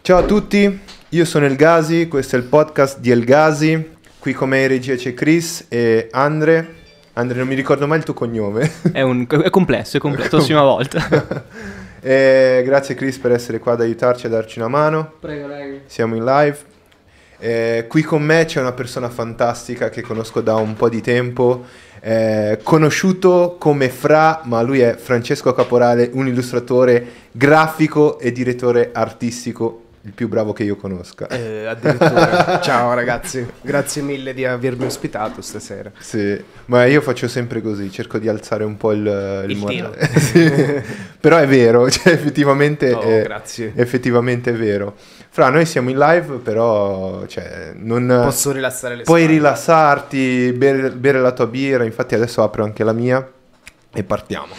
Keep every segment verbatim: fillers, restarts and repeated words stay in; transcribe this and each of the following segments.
Ciao a tutti, io sono El Gazi, questo è il podcast di El Gazi. Qui con me in regia c'è Chris e Andre. Andre, non mi ricordo mai il tuo cognome. È, un, è complesso, è complesso, la prossima volta. E grazie Chris per essere qua ad aiutarci, a darci una mano. Prego, prego. Siamo in live. E qui con me c'è una persona fantastica che conosco da un po' di tempo. Eh, conosciuto come Fra, ma lui è Francesco Caporale, un illustratore grafico e direttore artistico, il più bravo che io conosca. Eh, addirittura. Ciao ragazzi, grazie mille di avermi ospitato stasera. Sì, ma io faccio sempre così, cerco di alzare un po' il, il, il morale. Sì. Però è vero, cioè effettivamente, oh, è, grazie. effettivamente è vero. Fra, noi siamo in live, però cioè, non posso rilassare le puoi spalle. rilassarti, bere, bere la tua birra. Infatti adesso apro anche la mia e partiamo.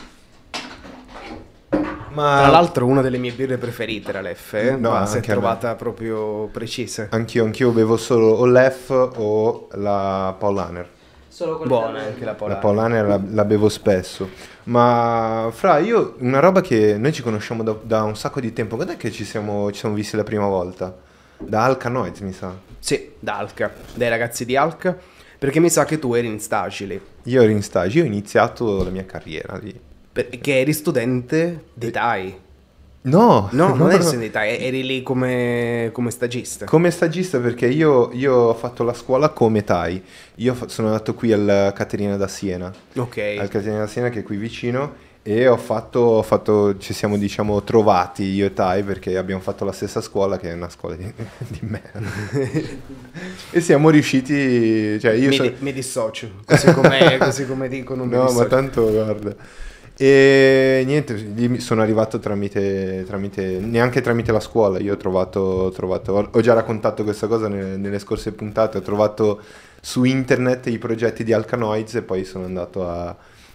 Ma Tra l'altro una delle mie birre preferite era l'F, eh? No, ma si è anche a me. trovata proprio precisa. Anch'io, anch'io bevo solo o l'F o la Paulaner. Solo con Buona anche la La Polare. Paulaner la, la bevo spesso. Ma Fra, io una roba che noi ci conosciamo da, da un sacco di tempo. Quando è che ci siamo, ci siamo visti la prima volta? Da Alcanoids, mi sa. Sì, da Alca, dai ragazzi di Alca, perché mi sa che tu eri in stage lì, Io ero in stage, io ho iniziato la mia carriera lì. perché eri studente di T A I. No, No, non eri studente di T A I, eri lì come, come stagista. Come stagista, perché io, io ho fatto la scuola come T A I. Io fa- sono andato qui al Caterina da Siena, Ok. al Caterina da Siena che è qui vicino, e ho fatto, ho fatto ci siamo diciamo trovati io e T A I perché abbiamo fatto la stessa scuola, che è una scuola di, di merda. E siamo riusciti, cioè io mi, sono... di- mi dissocio, così come, così come dicono mi No, dissocio. ma tanto guarda. E niente, lì sono arrivato tramite, tramite, neanche tramite la scuola. Io ho trovato, ho trovato, ho- ho già raccontato questa cosa nelle, nelle scorse puntate. Ho trovato su internet i progetti di Alcanoids e poi sono andato a,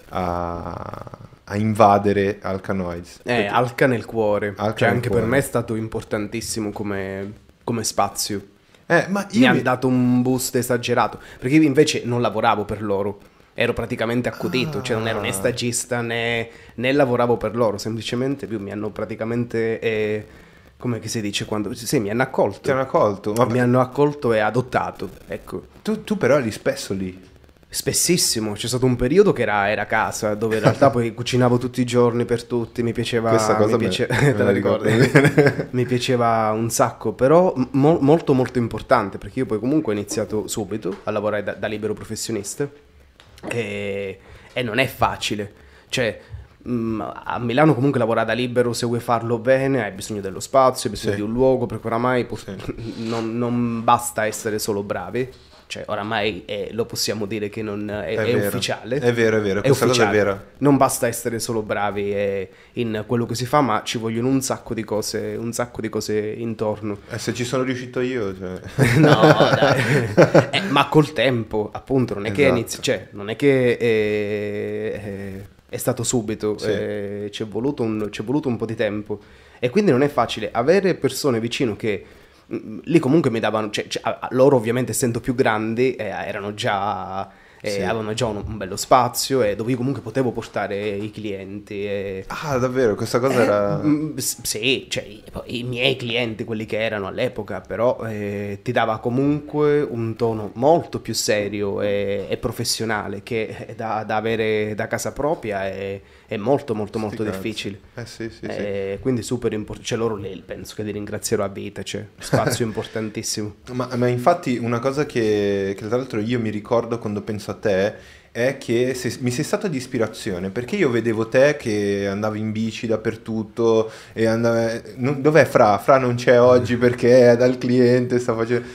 a, a invadere Alcanoids. Eh, Alca nel cuore, Alca cioè nel anche cuore. per me è stato importantissimo come, come spazio. Eh, ma io Mi mi- ha dato un boost esagerato, perché io invece non lavoravo per loro, ero praticamente accudito, cioè non ero né Ah. stagista né, né lavoravo per loro, semplicemente più mi hanno praticamente, eh, come che si dice quando, sì, mi hanno accolto, ti hanno accolto. Ma mi hanno accolto e adottato, ecco. tu, tu però eri spesso lì. Spessissimo, c'è stato un periodo che era, era casa, dove in realtà poi cucinavo tutti i giorni per tutti, mi piaceva, Questa cosa mi me- piace- me te la la ricordo ricordi? bene. Mi piaceva un sacco, però mo- molto molto importante, perché io poi comunque ho iniziato subito a lavorare da, da libero professionista e, e non è facile, cioè mh, a Milano comunque lavorare da libero, se vuoi farlo bene hai bisogno dello spazio, hai bisogno Sì. di un luogo, perché oramai pur- Sì. non, non basta essere solo bravi. Cioè, oramai eh, lo possiamo dire che non è, È è vero. ufficiale. È vero, è vero, questa cosa è ufficiale. vera. Non basta essere solo bravi eh, in quello che si fa, ma ci vogliono un sacco di cose, un sacco di cose intorno. E se ci sono riuscito io, cioè... No, dai. Eh, ma col tempo, appunto, non è che Esatto. inizi, cioè, non è che eh, eh, è stato subito, Sì. eh, ci è voluto un, ci è voluto un po' di tempo. E quindi non è facile avere persone vicino che mm, lì comunque mi davano, cioè, cioè, a- a- loro ovviamente essendo più grandi eh, erano già, eh, Sì. avevano già un, un bello spazio e dove io comunque potevo portare i clienti. E, Ah, davvero, questa cosa era... Mm, s- sì, cioè i, i miei clienti, quelli che erano all'epoca, però eh, ti dava comunque un tono molto più serio e, e professionale che da, da avere da casa propria è, è molto molto molto Sti cazzi. difficile. Eh sì, sì, sì. Eh, quindi super importante, cioè loro lì penso che li ringrazierò a vita, cioè spazio importantissimo. Ma, ma infatti una cosa che, che tra l'altro io mi ricordo quando penso a te è che se- mi sei stato di ispirazione, perché io vedevo te che andavi in bici dappertutto e andavi... non- dov'è Fra? Fra non c'è oggi perché è dal cliente, sta facendo...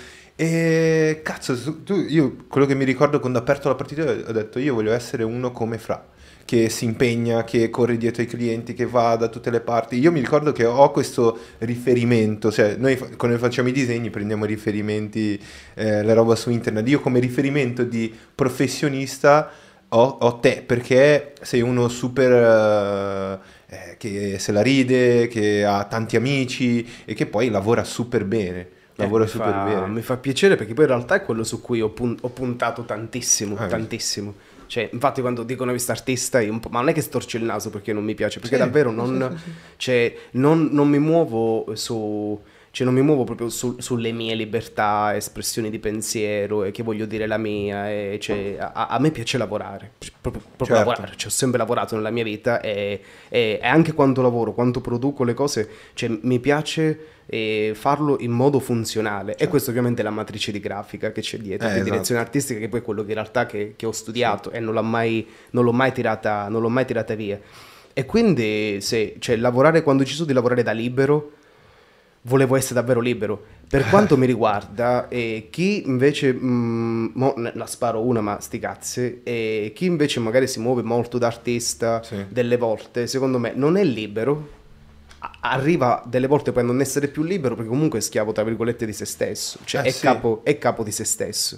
E cazzo, su- tu, io quello che mi ricordo quando ho aperto la partita ho detto io voglio essere uno come Fra, che si impegna, che corre dietro ai clienti, che va da tutte le parti. Io mi ricordo che ho questo riferimento, cioè noi fa- quando facciamo i disegni prendiamo riferimenti, eh, la roba su internet. Io come riferimento di professionista ho, ho te, perché sei uno super... eh, eh, che se la ride, che ha tanti amici e che poi lavora super bene. Lavora Eh, mi super fa, bene. mi fa piacere perché poi in realtà è quello su cui ho, pun- ho puntato tantissimo, Ah, tantissimo. Cioè, infatti quando dicono vista artista, io un po', ma non è che storci il naso perché non mi piace, perché Sì, davvero sì, non, sì, sì. cioè, non, non mi muovo su... Cioè non mi muovo proprio su- sulle mie libertà, espressioni di pensiero e che voglio dire la mia. E cioè, a-, a me piace lavorare, cioè, proprio, proprio Certo. lavorare. Cioè, ho sempre lavorato nella mia vita e, e- e anche quando lavoro, quando produco le cose, cioè, mi piace eh, farlo in modo funzionale. E questo ovviamente è la matrice di grafica che c'è dietro, Eh, di esatto. direzione artistica, che poi è quello che in realtà che, che ho studiato e non l'ho mai, non l'ho mai tirata, non l'ho mai tirata via. E quindi se, cioè, lavorare, quando ci sono di lavorare da libero, volevo essere davvero libero. Per quanto mi riguarda, eh, chi invece, mh, mo ne- la sparo una ma sti cazzi, e chi invece magari si muove molto da artista, Sì. delle volte, secondo me, non è libero, a- arriva delle volte poi a non essere più libero perché comunque è schiavo, tra virgolette, di se stesso, cioè Eh, è, sì. capo, è capo di se stesso.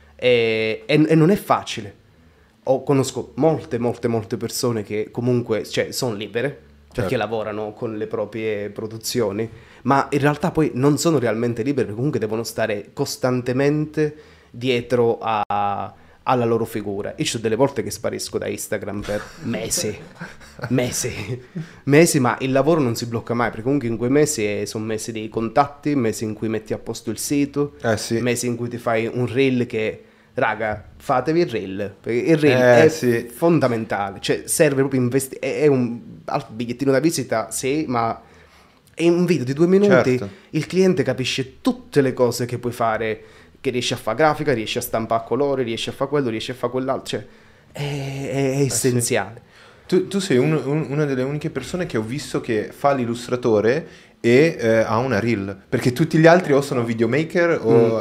E, e- e non è facile. Ho, conosco molte, molte, molte persone che comunque, cioè, sono libere perché Certo. lavorano con le proprie produzioni, ma in realtà poi non sono realmente libere perché comunque devono stare costantemente dietro a- alla loro figura. Io ci sono delle volte che sparisco da Instagram per mesi, mesi, mesi, ma il lavoro non si blocca mai perché comunque in quei mesi sono mesi di contatti, mesi in cui metti a posto il sito, Eh sì. mesi in cui ti fai un reel che, raga, fatevi il reel, perché il reel Eh, è sì. fondamentale, cioè serve proprio investi- è, è un al- bigliettino da visita, sì, ma è un video di due minuti, Certo. il cliente capisce tutte le cose che puoi fare, che riesci a fare grafica, riesci a stampare a colori, riesci a fare quello, riesci a fare quell'altro, cioè è, è- è essenziale. Tu, tu sei un- un- una delle uniche persone che ho visto che fa l'illustratore e eh, ha una reel, perché tutti gli altri o sono videomaker o,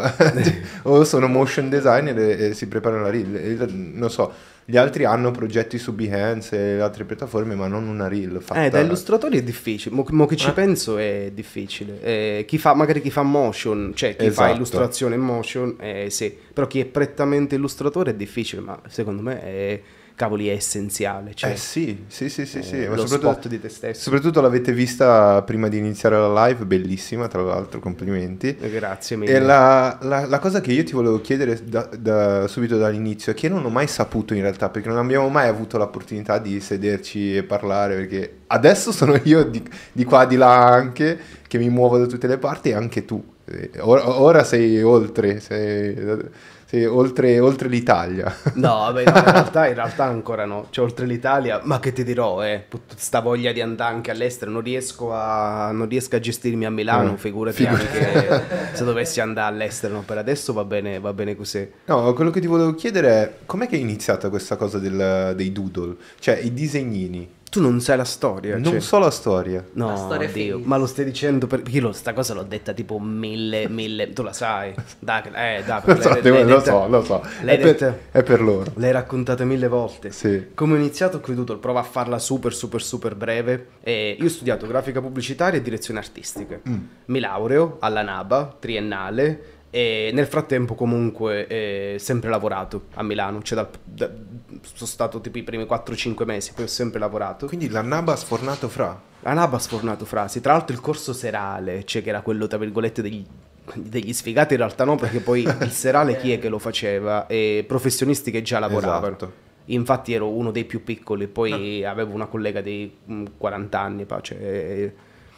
o sono motion designer e, e si preparano la reel. E, non so, gli altri hanno progetti su Behance e altre piattaforme, ma non una reel fatta. Eh, da illustratori è difficile, mo, mo che ci Eh. penso è difficile. Eh, chi fa, magari chi fa motion, cioè chi fa Esatto. illustrazione in motion, eh, sì, però chi è prettamente illustratore è difficile, ma secondo me è, cavoli, è essenziale. Cioè, Eh sì, sì, sì, sì, sì. eh, Ma lo soprattutto, spot di te stesso. soprattutto l'avete vista prima di iniziare la live, bellissima, tra l'altro, complimenti. Eh, Grazie mille. E la, la- la cosa che io ti volevo chiedere da, da- subito dall'inizio è che io non ho mai saputo in realtà, perché non abbiamo mai avuto l'opportunità di sederci e parlare, perché adesso sono io di, di qua di là anche, che mi muovo da tutte le parti e anche tu. Eh, Ora, ora sei oltre, sei, sei oltre, oltre l'Italia. No, vabbè, no, in realtà, in realtà ancora no. Cioè, oltre l'Italia, ma che ti dirò, eh, put- sta voglia di andare anche all'estero, non riesco a, non riesco a gestirmi a Milano, Eh, figurati anche se dovessi andare all'estero, no, per adesso va bene, va bene così. No, quello che ti volevo chiedere è com'è che è iniziata questa cosa del- dei doodle, cioè i disegnini. Tu non sai la storia, Non cioè- so la storia. No, La storia Dio, finita. ma lo stai dicendo per... Io lo- sta cosa l'ho detta tipo mille, mille... Tu la sai? Dai, eh, dai, Lo so, l'hai- devo- l'hai lo detta- so, lo so. L'hai È per, detta... è per loro. L'hai raccontata mille volte. Sì. Come ho iniziato, ho creduto, provo a farla super, super, super breve. E io ho studiato grafica pubblicitaria e direzione artistica. Mm. Mi laureo alla NABA, triennale, e nel frattempo comunque eh, sempre lavorato a Milano. Cioè dal- da- sono stato tipo i primi quattro cinque mesi, poi ho sempre lavorato. Quindi la Naba ha sfornato fra. La NABA ha sfornato frasi, tra l'altro il corso serale, cioè che era quello tra virgolette degli, degli sfigati, in realtà no, perché poi il serale chi è che lo faceva? E professionisti che già lavoravano. Esatto. Infatti ero uno dei più piccoli, poi avevo una collega di mm, quaranta anni, pa, cioè, eh,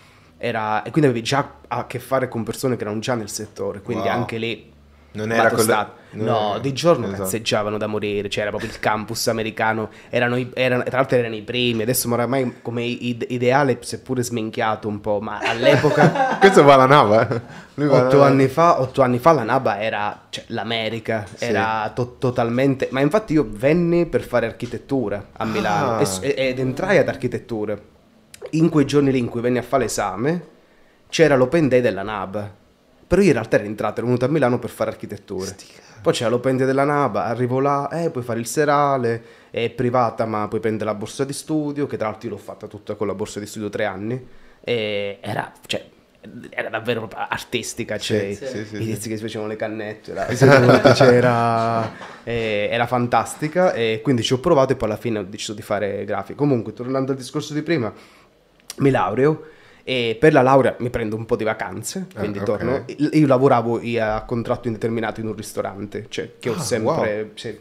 era, e quindi avevi già a che fare con persone che erano già nel settore, quindi Wow. anche lì Non va era quello- tostato. non No, era- di giorno esatto. cazzeggiavano da morire, c'era proprio il campus americano, erano, i- erano- tra l'altro erano i primi, adesso oramai come ide- ideale, seppure sminchiato un po', ma all'epoca, Questo va alla Naba. eh. Lui va alla otto Naba. anni fa, otto anni fa la NABA era, cioè, l'America, Sì. era to- totalmente, ma infatti io venni per fare architettura a Milano Ah. e s- e- ed entrai ad architettura. In quei giorni lì in cui venni a fare l'esame c'era l'open day della NABA, però io in realtà ero entrato, ero venuto a Milano per fare architettura. Poi c'era l'open day della NABA, arrivo là, eh, puoi fare il serale, è privata ma puoi prendere la borsa di studio, che tra l'altro io l'ho fatta tutta con la borsa di studio tre anni, e era, cioè, era davvero proprio artistica, cioè, Sì, sì, sì, i sì. tizi che si facevano le cannette, era, veramente, cioè, era, eh, era fantastica, e quindi ci ho provato e poi alla fine ho deciso di fare grafica. Comunque, tornando al discorso di prima, mi laureo e per la laurea mi prendo un po' di vacanze, quindi Ah, ok. torno. Io lavoravo a contratto indeterminato in un ristorante, cioè che ho Ah, sempre, wow. cioè,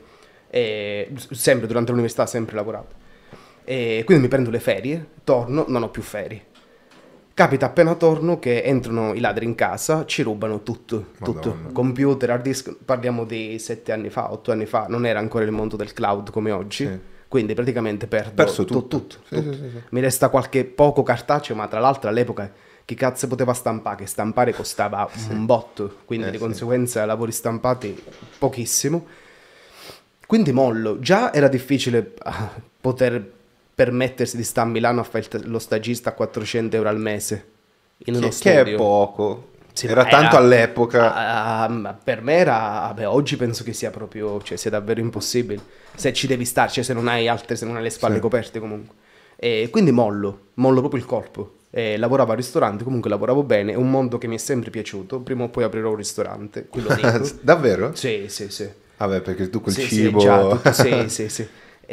eh, sempre durante l'università ho sempre lavorato. E quindi mi prendo le ferie, torno, non ho più ferie. Capita appena torno che entrano i ladri in casa, ci rubano tutto, tutto. Madonna. Computer, hard disk, parliamo di sette anni fa, otto anni fa, non era ancora il mondo del cloud come oggi, Sì. quindi praticamente perdo Perso tu- tutto. tutto, Sì, tutto. sì, sì, sì. Mi resta qualche poco cartaceo, ma tra l'altro all'epoca chi cazzo poteva stampare? Che stampare costava un botto, quindi Eh, di sì. conseguenza lavori stampati pochissimo. Quindi mollo, già era difficile ah, poter permettersi di stare a Milano a fare il- lo stagista a quattrocento euro al mese in uno Che, che è studio. poco. Sì, era ma tanto all'epoca. ah, ah, per me era, vabbè, oggi penso che sia proprio, cioè sia davvero impossibile. Se ci devi stare, cioè se non hai altre, se non hai le spalle Sì. coperte comunque. E quindi mollo, mollo proprio il colpo. E lavoravo al ristorante, comunque lavoravo bene, è un mondo che mi è sempre piaciuto. Prima o poi aprirò un ristorante, quello dico. Davvero? Sì, sì, sì. Vabbè, perché tu col Sì, cibo... sì, già, tutto- sì, sì, sì.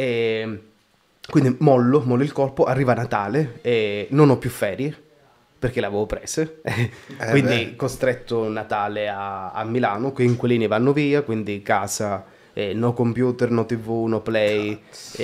E quindi mollo, mollo il colpo, arriva Natale e non ho più ferie perché le avevo prese, quindi beh. costretto Natale a, a Milano, che inquilini vanno via, quindi casa, eh, no computer, no tv, no play,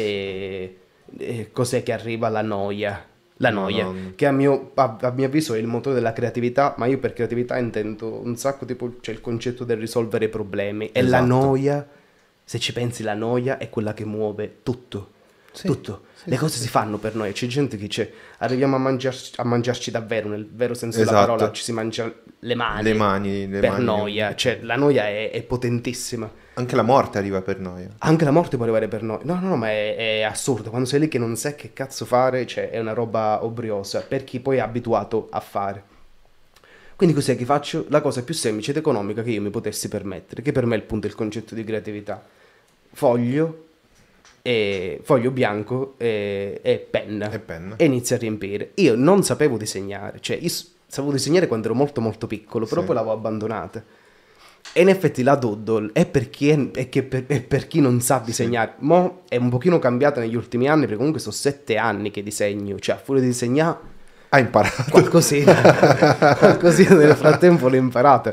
e, e cos'è che arriva? La noia. La noia, Madonna. che a mio, a, a mio avviso è il motore della creatività, ma io per creatività intendo un sacco, tipo c'è il concetto del risolvere problemi, e la Esatto. noia, se ci pensi, la noia è quella che muove tutto, Sì, tutto. sì, Le sì, cose sì, si fanno per noi, c'è gente che dice arriviamo a mangiarci, a mangiarci davvero, nel vero senso della Esatto. parola, ci si mangia le mani, Le mani, le per mani. noia, cioè la noia è, è potentissima. Anche la morte arriva per noi. Anche la morte può arrivare per noi. No, no, no, ma è, è assurdo. Quando sei lì che non sai che cazzo fare, cioè è una roba obriosa per chi poi è abituato a fare. Quindi cos'è che faccio? La cosa più semplice ed economica che io mi potessi permettere, che per me è il punto, il concetto di creatività. Foglio, e, foglio bianco e, e penna. E penna. E inizio a riempire. Io non sapevo disegnare, cioè io s- sapevo disegnare quando ero molto molto piccolo, però Sì. poi l'avevo abbandonata. E in effetti la Doodle è per chi, è, è che per, è per chi non sa disegnare. Mo' è un pochino cambiata negli ultimi anni, perché comunque sono sette anni che disegno, cioè a furia di disegnare Ha imparato. qualcosina, qualcosina nel frattempo l'ho imparata.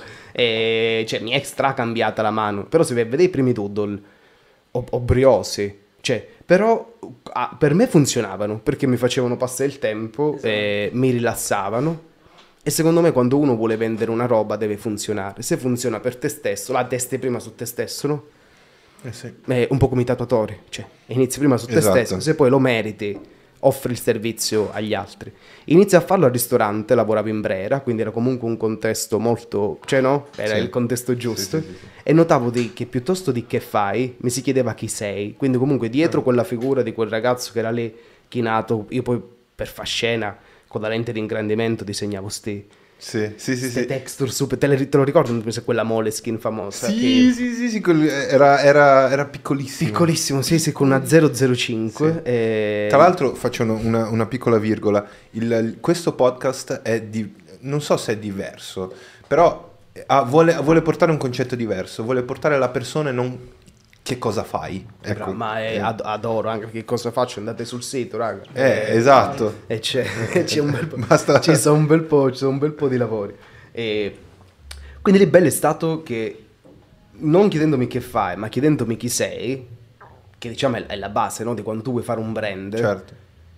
E cioè mi è stra cambiata la mano. Però se vedete i primi Doodle ob- obriosi, cioè, però ah, per me funzionavano, perché mi facevano passare il tempo, e mi rilassavano. E secondo me quando uno vuole vendere una roba deve funzionare. Se funziona per te stesso, la testi prima su te stesso, no? Eh sì. È un po' come i tatuatori, cioè inizi prima su te Esatto. stesso, se poi lo meriti offri il servizio agli altri. Inizi a farlo al ristorante, lavoravo in Brera, quindi era comunque un contesto molto, cioè no? Era Sì. il contesto giusto. Sì, sì, sì, sì. E notavo di- che piuttosto di che fai, mi si chiedeva chi sei. Quindi comunque dietro Ah. quella figura di quel ragazzo che era lì chinato, io poi per far scena con la lente di ingrandimento disegnavo sti, Sì, sì, sì, ste sì. texture super, te, le- te lo ricordo se quella Moleskine famosa? Sì, che- sì, sì, sì, quel- era, era, era piccolissimo. Piccolissimo, sì, sì, con una zero zero cinque. Sì. e- Tra l'altro faccio una, una- una piccola virgola. Il- questo podcast è di, non so se è diverso, però ha- vuole, vuole portare un concetto diverso, vuole portare alla persona e non che cosa fai. Ecco. Bravo, ma è- Eh, ad- adoro anche che cosa faccio, andate sul sito, raga. eh, esatto. E c'è, c'è un bel po', Basta. ci sono un bel po', ci sono un bel po' di lavori. E quindi lì bello è stato che non chiedendomi che fai, ma chiedendomi chi sei, che diciamo è, è la base, no? Di quando tu vuoi fare un brand. Certo.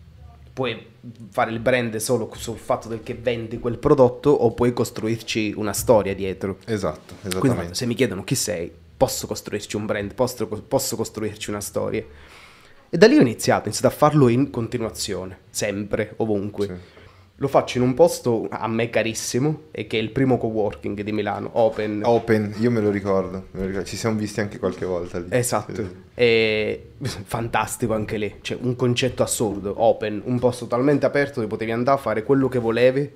Puoi fare il brand solo sul fatto del che vendi quel prodotto o puoi costruirci una storia dietro. Esatto, Quindi esattamente. se mi chiedono chi sei, posso costruirci un brand, posso, posso costruirci una storia. E da lì ho iniziato, ho iniziato a farlo in continuazione, sempre, ovunque. Sì. Lo faccio in un posto a me carissimo, e che è il primo coworking di Milano, Open. Open, io me lo ricordo, me lo ricordo. Ci siamo visti anche qualche volta lì. Esatto, Sì, sì. e fantastico anche lì, cioè un concetto assurdo, Open, un posto talmente aperto dove potevi andare a fare quello che volevi,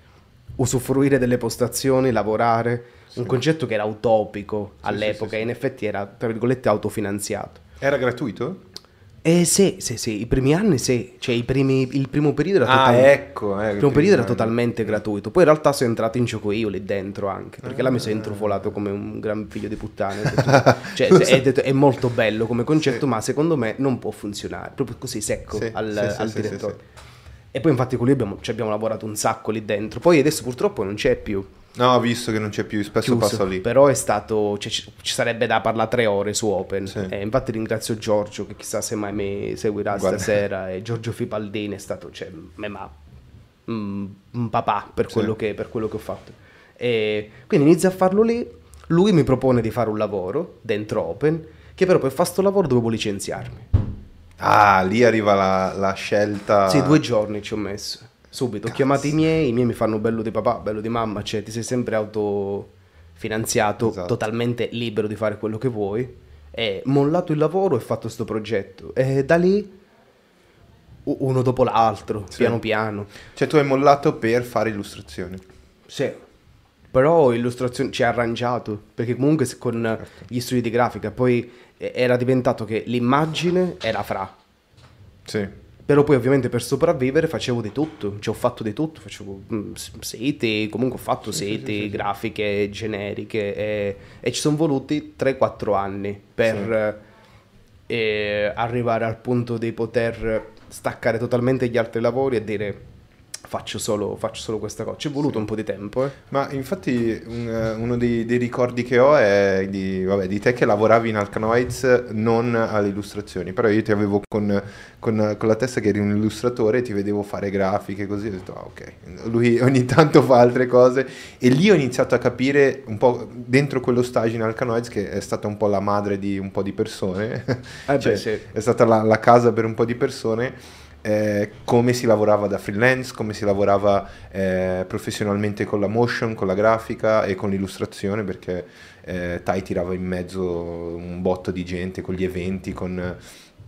usufruire delle postazioni, lavorare, un concetto che era utopico all'epoca, sì, sì, e in effetti era, tra virgolette, autofinanziato. Era gratuito? Eh sì, sì, sì, i primi anni sì, cioè i primi, il primo periodo era Ah, totalmente... ecco. eh, Il primo periodo era prima- totalmente gratuito, poi in realtà sono entrato in gioco io lì dentro anche, perché là mi Ah. sono intrufolato come un gran figlio di puttana. Ho detto- cioè, è, detto- è molto bello come concetto, Sì. ma secondo me non può funzionare, proprio così secco Sì, al, sì, sì, al sì, direttore. sì, E poi infatti con lui abbiamo, ci abbiamo lavorato un sacco lì dentro, poi adesso purtroppo non c'è più. No, ho visto che non c'è più, spesso Chiuso, passo lì. però è stato, cioè, ci, ci sarebbe da parlare tre ore su Open. Sì. E infatti ringrazio Giorgio, che chissà se mai mi seguirà Guarda. stasera, e Giorgio Fipaldini è stato, cioè, me ma mm, un papà per Sì. quello, che, per quello che ho fatto. E quindi inizio a farlo lì, lui mi propone di fare un lavoro dentro Open, che però per fare sto lavoro dovevo licenziarmi. Ah, lì arriva la, la scelta. Sì, due giorni ci ho messo, subito. Ho Cazzo. chiamato i miei, i miei mi fanno bello di papà, bello di mamma, cioè ti sei sempre autofinanziato, Esatto. totalmente libero di fare quello che vuoi. E mollato il lavoro e fatto sto progetto. E da lì, u- uno dopo l'altro, Sì. piano piano. Cioè tu hai mollato per fare illustrazioni. Sì. Però illustrazione ci ha arrangiato, perché comunque se con gli studi di grafica poi eh, era diventato che l'immagine era Fra. Sì. Però poi ovviamente per sopravvivere facevo di tutto, cioè ho fatto di tutto, facevo mm, s- seti, comunque ho fatto Sì, sì, seti, sì, sì, sì. grafiche generiche e, e ci sono voluti tre quattro anni per eh, arrivare al punto di poter staccare totalmente gli altri lavori e dire faccio solo, faccio solo questa cosa. Ci è voluto Sì. un po' di tempo, eh. Ma infatti un- eh, uno dei, dei ricordi che ho è di, vabbè, di te che lavoravi in Alcanoids non alle illustrazioni, però io ti avevo con, con- con la testa che eri un illustratore e ti vedevo fare grafiche così, ho detto ah ok, lui ogni tanto fa altre cose e lì ho iniziato a capire un po' dentro quello stage in Alcanoids che è stata un po' la madre di un po' di persone, Eh cioè, beh, sì. è stata la, la casa per un po' di persone. Eh, come si lavorava da freelance, come si lavorava eh, professionalmente con la motion, con la grafica e con l'illustrazione, perché eh, Tai tirava in mezzo un botto di gente con gli eventi, con eh,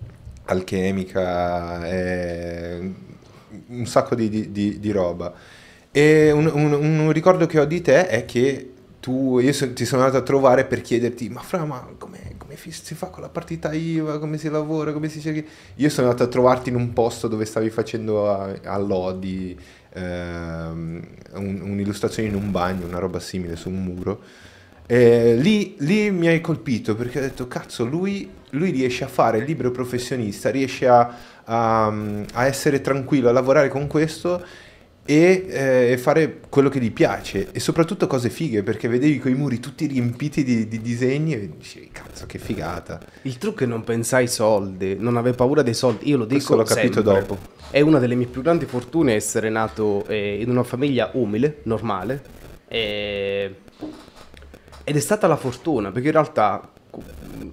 Alchemica, eh, un sacco di, di- di- di roba. E un, un- un ricordo che ho di te è che tu, io so- ti sono andato a trovare per chiederti, ma Fra, ma come, come fi- si fa con la partita I V A, come si lavora, come si cerca... Io sono andato a trovarti in un posto dove stavi facendo a, a Lodi ehm, un- un'illustrazione in un bagno, una roba simile su un muro. E lì, lì mi hai colpito perché ho detto, cazzo, lui, lui riesce a fare il libero professionista, riesce a, a- a essere tranquillo, a lavorare con questo e eh, fare quello che gli piace e soprattutto cose fighe perché vedevi quei muri tutti riempiti di, di disegni e dicevi, cazzo, che figata. Il trucco è non pensare ai soldi, non avere paura dei soldi. Io lo Questo dico l'ho capito sempre. dopo. È una delle mie più grandi fortune essere nato eh, in una famiglia umile, normale. e- Ed è stata la fortuna, perché in realtà mm,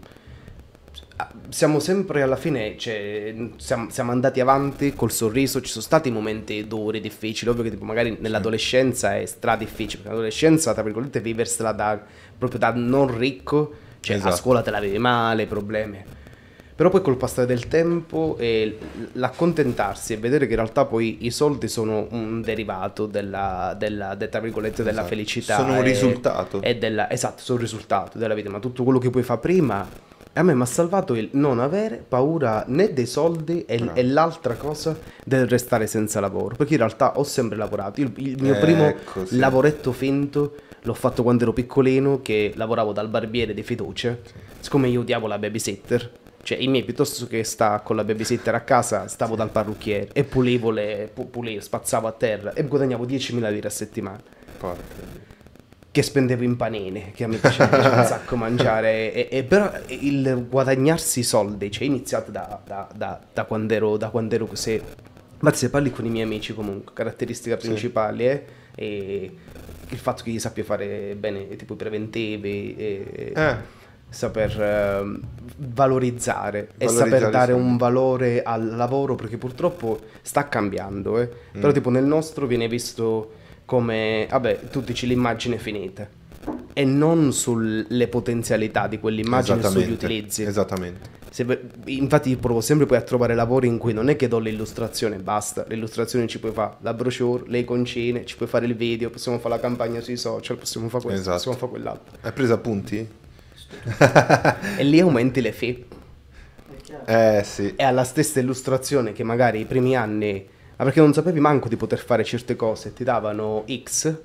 siamo sempre alla fine, cioè, siamo, siamo andati avanti col sorriso. Ci sono stati momenti duri, difficili, ovvio che tipo magari nell'adolescenza è stra difficile, perché l'adolescenza, tra virgolette, viversela da, proprio da non ricco, cioè a Esatto. scuola te la vivi male, problemi. Però poi col passare del tempo e l'accontentarsi e vedere che in realtà poi i soldi sono un derivato della, della, de- tra virgolette, della Esatto. felicità. Sono un e- risultato. e della, esatto, sono un risultato della vita, ma tutto quello che puoi fare prima, a me mi ha salvato il non avere paura né dei soldi e, Bravo. e l'altra cosa del restare senza lavoro, perché in realtà ho sempre lavorato. Il, il mio Ecco, primo sì. lavoretto finto l'ho fatto quando ero piccolino, che lavoravo dal barbiere di fiducia, siccome io odiavo la babysitter. Cioè, i miei, piuttosto che sta con la babysitter a casa, stavo dal parrucchiere e pulivo le pu- pulivo, spazzavo a terra e guadagnavo diecimila lire a settimana, Porca. che spendevo in panini, che a me piace, piace un sacco mangiare. E, e però il guadagnarsi i soldi, cioè, è iniziato da, da, da, da quando ero, da quando ero così. Ma se parli con i miei amici comunque, caratteristica principale è e il fatto che gli sappia fare bene tipo i preventivi e Eh. saper ehm, valorizzare e Valorizzare saper i dare soldi. un valore al lavoro, perché purtroppo sta cambiando, eh. Mm. Però tipo nel nostro viene visto come, vabbè, tu dici l'immagine finita e non sulle potenzialità di quell'immagine e sugli Esattamente. utilizzi. Esattamente. Se ve- infatti io provo sempre poi a trovare lavori in cui non è che do l'illustrazione e basta, l'illustrazione ci puoi fare la brochure, le iconcine, ci puoi fare il video, possiamo fare la campagna sui social, possiamo fare questo, Esatto. possiamo fare quell'altro. Hai preso appunti? E lì aumenti le fee. Eh sì. E alla stessa illustrazione che magari i primi anni, ma perché non sapevi manco di poter fare certe cose, ti davano X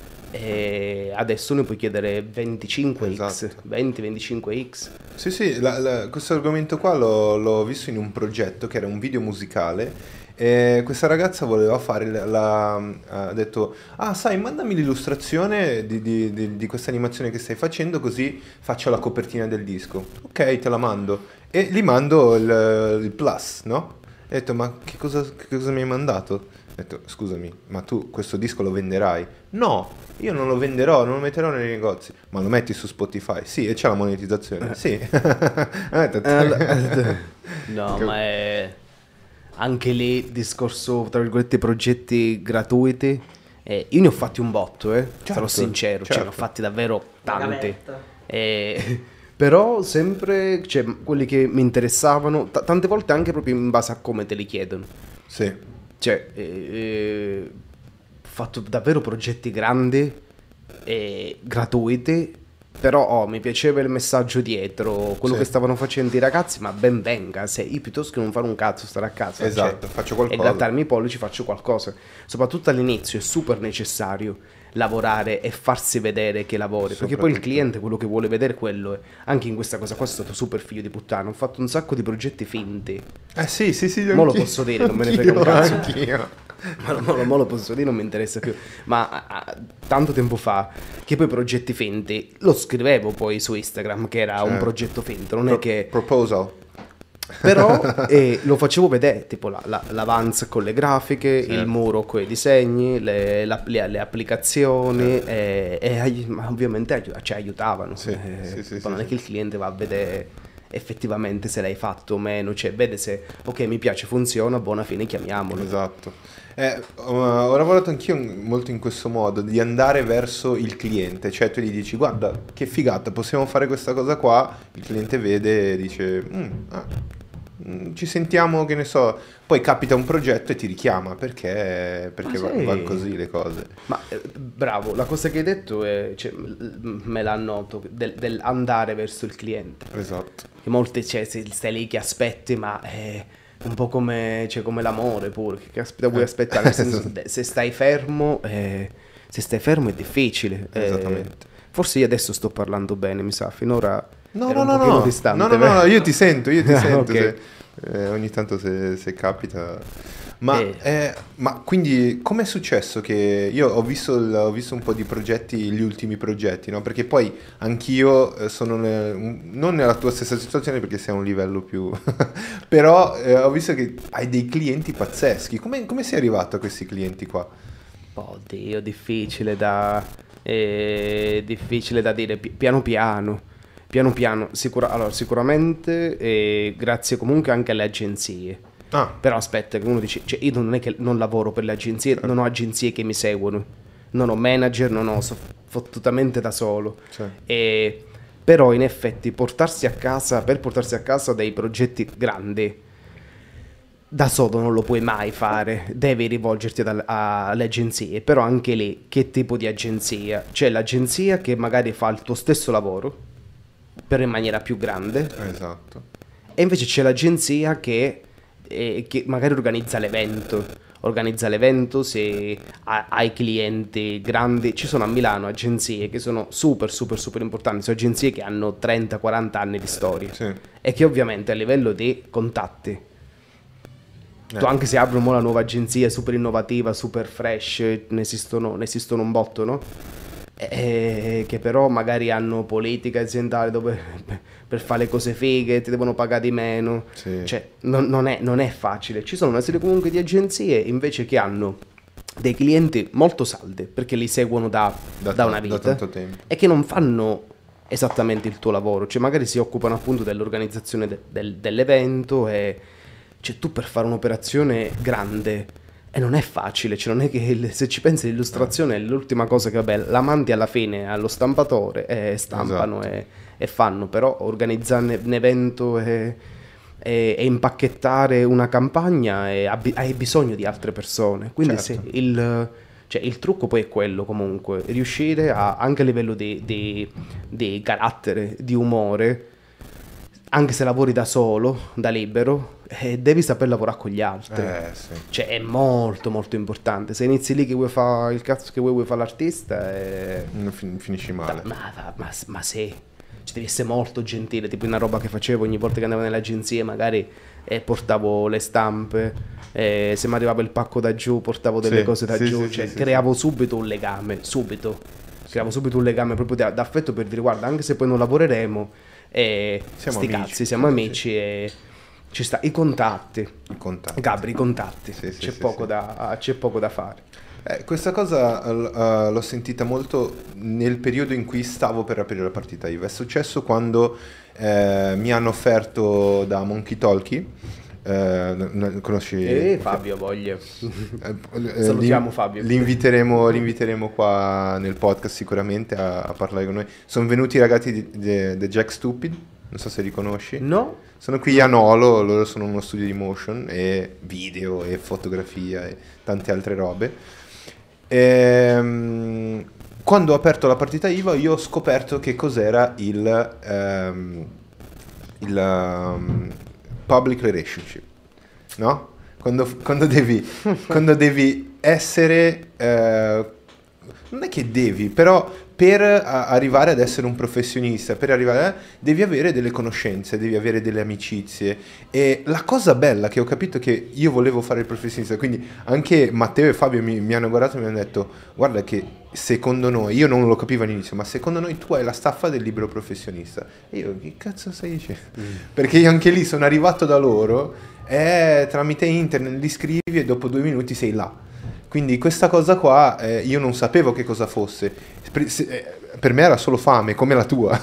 e adesso ne puoi chiedere venticinque X, Esatto. venti venticinque X. Sì, sì, la- la- questo argomento qua l'ho, l'ho visto in un progetto che era un video musicale e questa ragazza voleva fare la, la- ha detto, ah sai, mandami l'illustrazione di, di, di, di questa animazione che stai facendo così faccio la copertina del disco. Ok, te la mando. E gli mando il, il plus, no? E ho detto, ma che cosa, che cosa mi hai mandato? Ho detto, scusami, ma tu questo disco lo venderai? No, io non lo venderò, non lo metterò nei negozi. Ma lo metti su Spotify? Sì, e c'è la monetizzazione? Sì. No, ma è anche lì discorso, tra virgolette, progetti gratuiti. Eh, io ne ho fatti un botto, eh, Certo, sarò sincero, certo. cioè ne ho fatti davvero tanti. gavetta. Eh, però sempre, cioè, quelli che mi interessavano, t- tante volte anche proprio in base a come te li chiedono. Sì. Cioè, eh, eh, ho fatto davvero progetti grandi e gratuiti, però oh, mi piaceva il messaggio dietro, quello Sì. che stavano facendo i ragazzi, ma ben venga, se io piuttosto che non fare un cazzo, stare a casa, Esatto, cioè, faccio qualcosa. e grattarmi i pollici, faccio qualcosa. Soprattutto all'inizio è super necessario lavorare e farsi vedere che lavori, perché poi il Soprattutto. cliente quello che vuole vedere quello è. Anche in questa cosa qua sono stato super figlio di puttana, ho fatto un sacco di progetti finti. Eh sì, sì, sì. Mo lo anch'io- posso dire, non me ne frega un anch'io, cazzo. Anch'io. Ma mo, mo- mo lo posso dire, non mi interessa più. Ma a- a- tanto tempo fa, che poi progetti finti, lo scrivevo poi su Instagram che era un Certo. progetto finto, non è Pro- che... Proposal. Però eh, lo facevo vedere, tipo la, la, l'Avance con le grafiche, Certo. il muro con i disegni, le, la- le- le applicazioni, Certo. e, e ai- ma ovviamente ai- ci aiutavano. Sì, Eh, sì, sì, poi sì, non è sì. che il cliente va a vedere effettivamente se l'hai fatto o meno, cioè vede se ok mi piace, funziona, buona fine, chiamiamolo. Esatto. Eh, ho, ho lavorato anch'io molto in questo modo, di andare verso il cliente, cioè tu gli dici guarda che figata, possiamo fare questa cosa qua, il cliente vede e dice "Mm, ah, mm, ci sentiamo, che ne so, poi capita un progetto e ti richiama perché, perché Ah, va- sì. vanno così le cose. Ma eh, bravo, la cosa che hai detto è, cioè, m- me la annoto, del, del andare verso il cliente. Esatto. Che molte, cioè, se stai lì che aspetti, ma è un po' come, cioè, come l'amore pure, che aspetta, vuoi Eh. aspettare, nel senso, de- se stai fermo, eh, se stai fermo è difficile. eh. Esattamente. Forse io adesso sto parlando bene, mi sa, finora No, ero no, un no, pochino no, distante. no, no, vero? no, io ti sento, io ti Ah, sento, ok. se- eh, ogni tanto se, se capita. Ma, Eh. eh, ma quindi com'è successo che io ho visto, il- ho visto un po' di progetti, gli ultimi progetti, no? Perché poi anch'io eh, sono ne- un- non nella tua stessa situazione perché sei a un livello più... però eh, ho visto che hai dei clienti pazzeschi. Come, come sei arrivato a questi clienti qua? Oddio, difficile da, eh, difficile da dire, pi- piano piano, piano piano, Sicura- allora, sicuramente eh, grazie comunque anche alle agenzie, Ah, però aspetta, che uno dice, cioè io non è che non lavoro per le agenzie, non ho agenzie che mi seguono, non ho manager, non ho, so fottutamente da solo, cioè, e, però in effetti portarsi a casa, per portarsi a casa dei progetti grandi, da solo non lo puoi mai fare, devi rivolgerti ad- a- alle agenzie, però anche lì che tipo di agenzia? C'è l'agenzia che magari fa il tuo stesso lavoro, però in maniera più grande, esatto. e invece c'è l'agenzia che, eh, che magari organizza l'evento, organizza l'evento se ha- hai clienti grandi, ci sono a Milano agenzie che sono super super super importanti, sono agenzie che hanno trenta quaranta anni di storia Sì. e che ovviamente a livello di contatti, tu Eh. anche se apri una nuova agenzia super innovativa, super fresh, ne esistono, ne esistono un botto, no? E che però magari hanno politiche aziendali dove per fare le cose fighe ti devono pagare di meno. Sì. Cioè, non, non è, non è facile. Ci sono una serie comunque di agenzie invece che hanno dei clienti molto saldi perché li seguono da, Da, da una ta- vita da tanto tempo. e che non fanno esattamente il tuo lavoro, cioè magari si occupano appunto dell'organizzazione de- del- dell'evento e cioè tu per fare un'operazione grande e non è facile, cioè non è che il- se ci pensi l'illustrazione è l'ultima cosa che vabbè, la mandi alla fine allo stampatore e stampano Esatto. e, e fanno, però organizzare un evento e, e- e impacchettare una campagna e abbi- hai bisogno di altre persone, quindi Certo. se il cioè il trucco poi è quello comunque, riuscire a, anche a livello di, di- di carattere, di umore, anche se lavori da solo, da libero, eh, devi saper lavorare con gli altri. Eh, sì. Cioè è molto molto importante. Se inizi lì che vuoi fare il cazzo che vuoi, vuoi fare l'artista, è... Non fin- finisci male. ma, ma, ma, ma sì, cioè, devi essere molto gentile, tipo una roba che facevo ogni volta che andavo nelle agenzie, magari eh, portavo le stampe, eh, se mi arrivava il pacco da giù portavo delle Sì, cose da sì, giù, sì, cioè sì, creavo subito un legame, subito, creavo subito un legame proprio da- d'affetto per dire guarda, anche se poi non lavoreremo, eh, Siamo sti amici, cazzi, siamo sì, amici e... Ci sta, i contatti. I contatti. Gabri, i contatti. Sì, sì, c'è, sì, poco sì. Da, c'è poco da fare. Eh, questa cosa uh, l'ho sentita molto nel periodo in cui stavo per aprire la partita I V A. È successo quando eh, mi hanno offerto da Monkey Talkie. Eh, n- conosci? Eh, Fabio, voglio. Eh, Salutiamo l'in- Fabio. L'inviteremo, l'inviteremo qua nel podcast sicuramente a, a parlare con noi. Sono venuti i ragazzi di, di, di Jack Stupid, non so se li conosci. No? Sono qui a Nolo, loro sono uno studio di motion e video e fotografia e tante altre robe. Ehm, quando ho aperto la partita I V A io ho scoperto che cos'era il, ehm, il um, public relationship, no? Quando, quando, devi, quando devi essere, eh, non è che devi, però per a- arrivare ad essere un professionista, per arrivare a, devi avere delle conoscenze, devi avere delle amicizie. E la cosa bella che ho capito è che io volevo fare il professionista, quindi anche Matteo e Fabio mi, mi hanno guardato e mi hanno detto: guarda che secondo noi, io non lo capivo all'inizio, ma secondo noi tu hai la staffa del libero professionista. E io, che cazzo stai dicendo? Mm. Perché io anche lì sono arrivato da loro, e tramite internet li scrivi e dopo due minuti sei là. Quindi questa cosa qua eh, io non sapevo che cosa fosse. Per, se, eh, per me era solo fame, come la tua.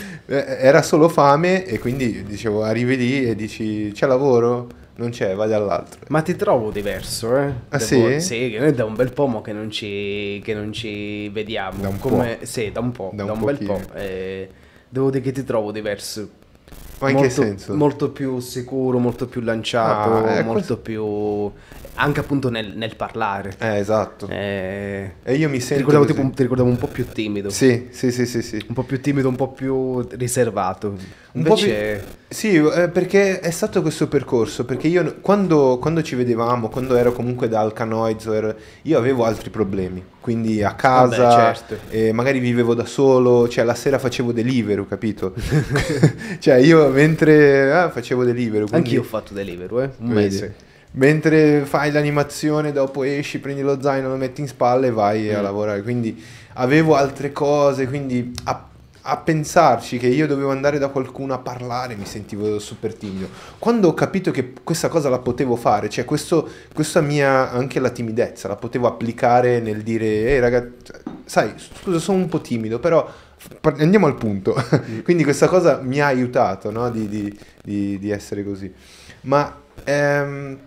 Era solo fame e quindi dicevo, arrivi lì e dici c'è lavoro? Non c'è, vai dall'altro. Ma ti trovo diverso, eh? Ah, Devo- sì? Sì, che noi da un bel po' mo che non ci, che non ci vediamo. Da un Come... po'. Sì, da un po', Da da un un, bel pochino. po'. Eh, devo dire che ti trovo diverso. Ma in molto, che senso? Molto più sicuro, molto più lanciato, Ah, eh, molto più... anche appunto nel, nel parlare. Eh, esatto. Eh, E io mi ti, sento ricordavo, così. tipo, ti ricordavo un po' più timido. Sì, sì, sì, sì, sì. Un po' più timido, un po' più riservato. Un po' Invece... più- Sì, eh, perché è stato questo percorso, perché io quando, quando ci vedevamo, quando ero comunque da Alcanoids, ero- io avevo altri problemi, quindi a casa, Vabbè, certo. eh, magari vivevo da solo, cioè la sera facevo Deliveroo, capito? Cioè io mentre ah, facevo Deliveroo, quindi- Anch'io ho fatto Deliveroo, eh? Un Vedi? mese. Mentre fai l'animazione, dopo esci, prendi lo zaino, lo metti in spalla e vai a Mm. lavorare. Quindi avevo altre cose, quindi a, a pensarci che io dovevo andare da qualcuno a parlare mi sentivo super timido. Quando ho capito che questa cosa la potevo fare, cioè questo, questa mia, anche la timidezza, la potevo applicare nel dire, ehi ragazzi, sai, scusa, sono un po' timido, però par- andiamo al punto. Quindi questa cosa mi ha aiutato, no? di, di, di, di essere così. Ma... ehm,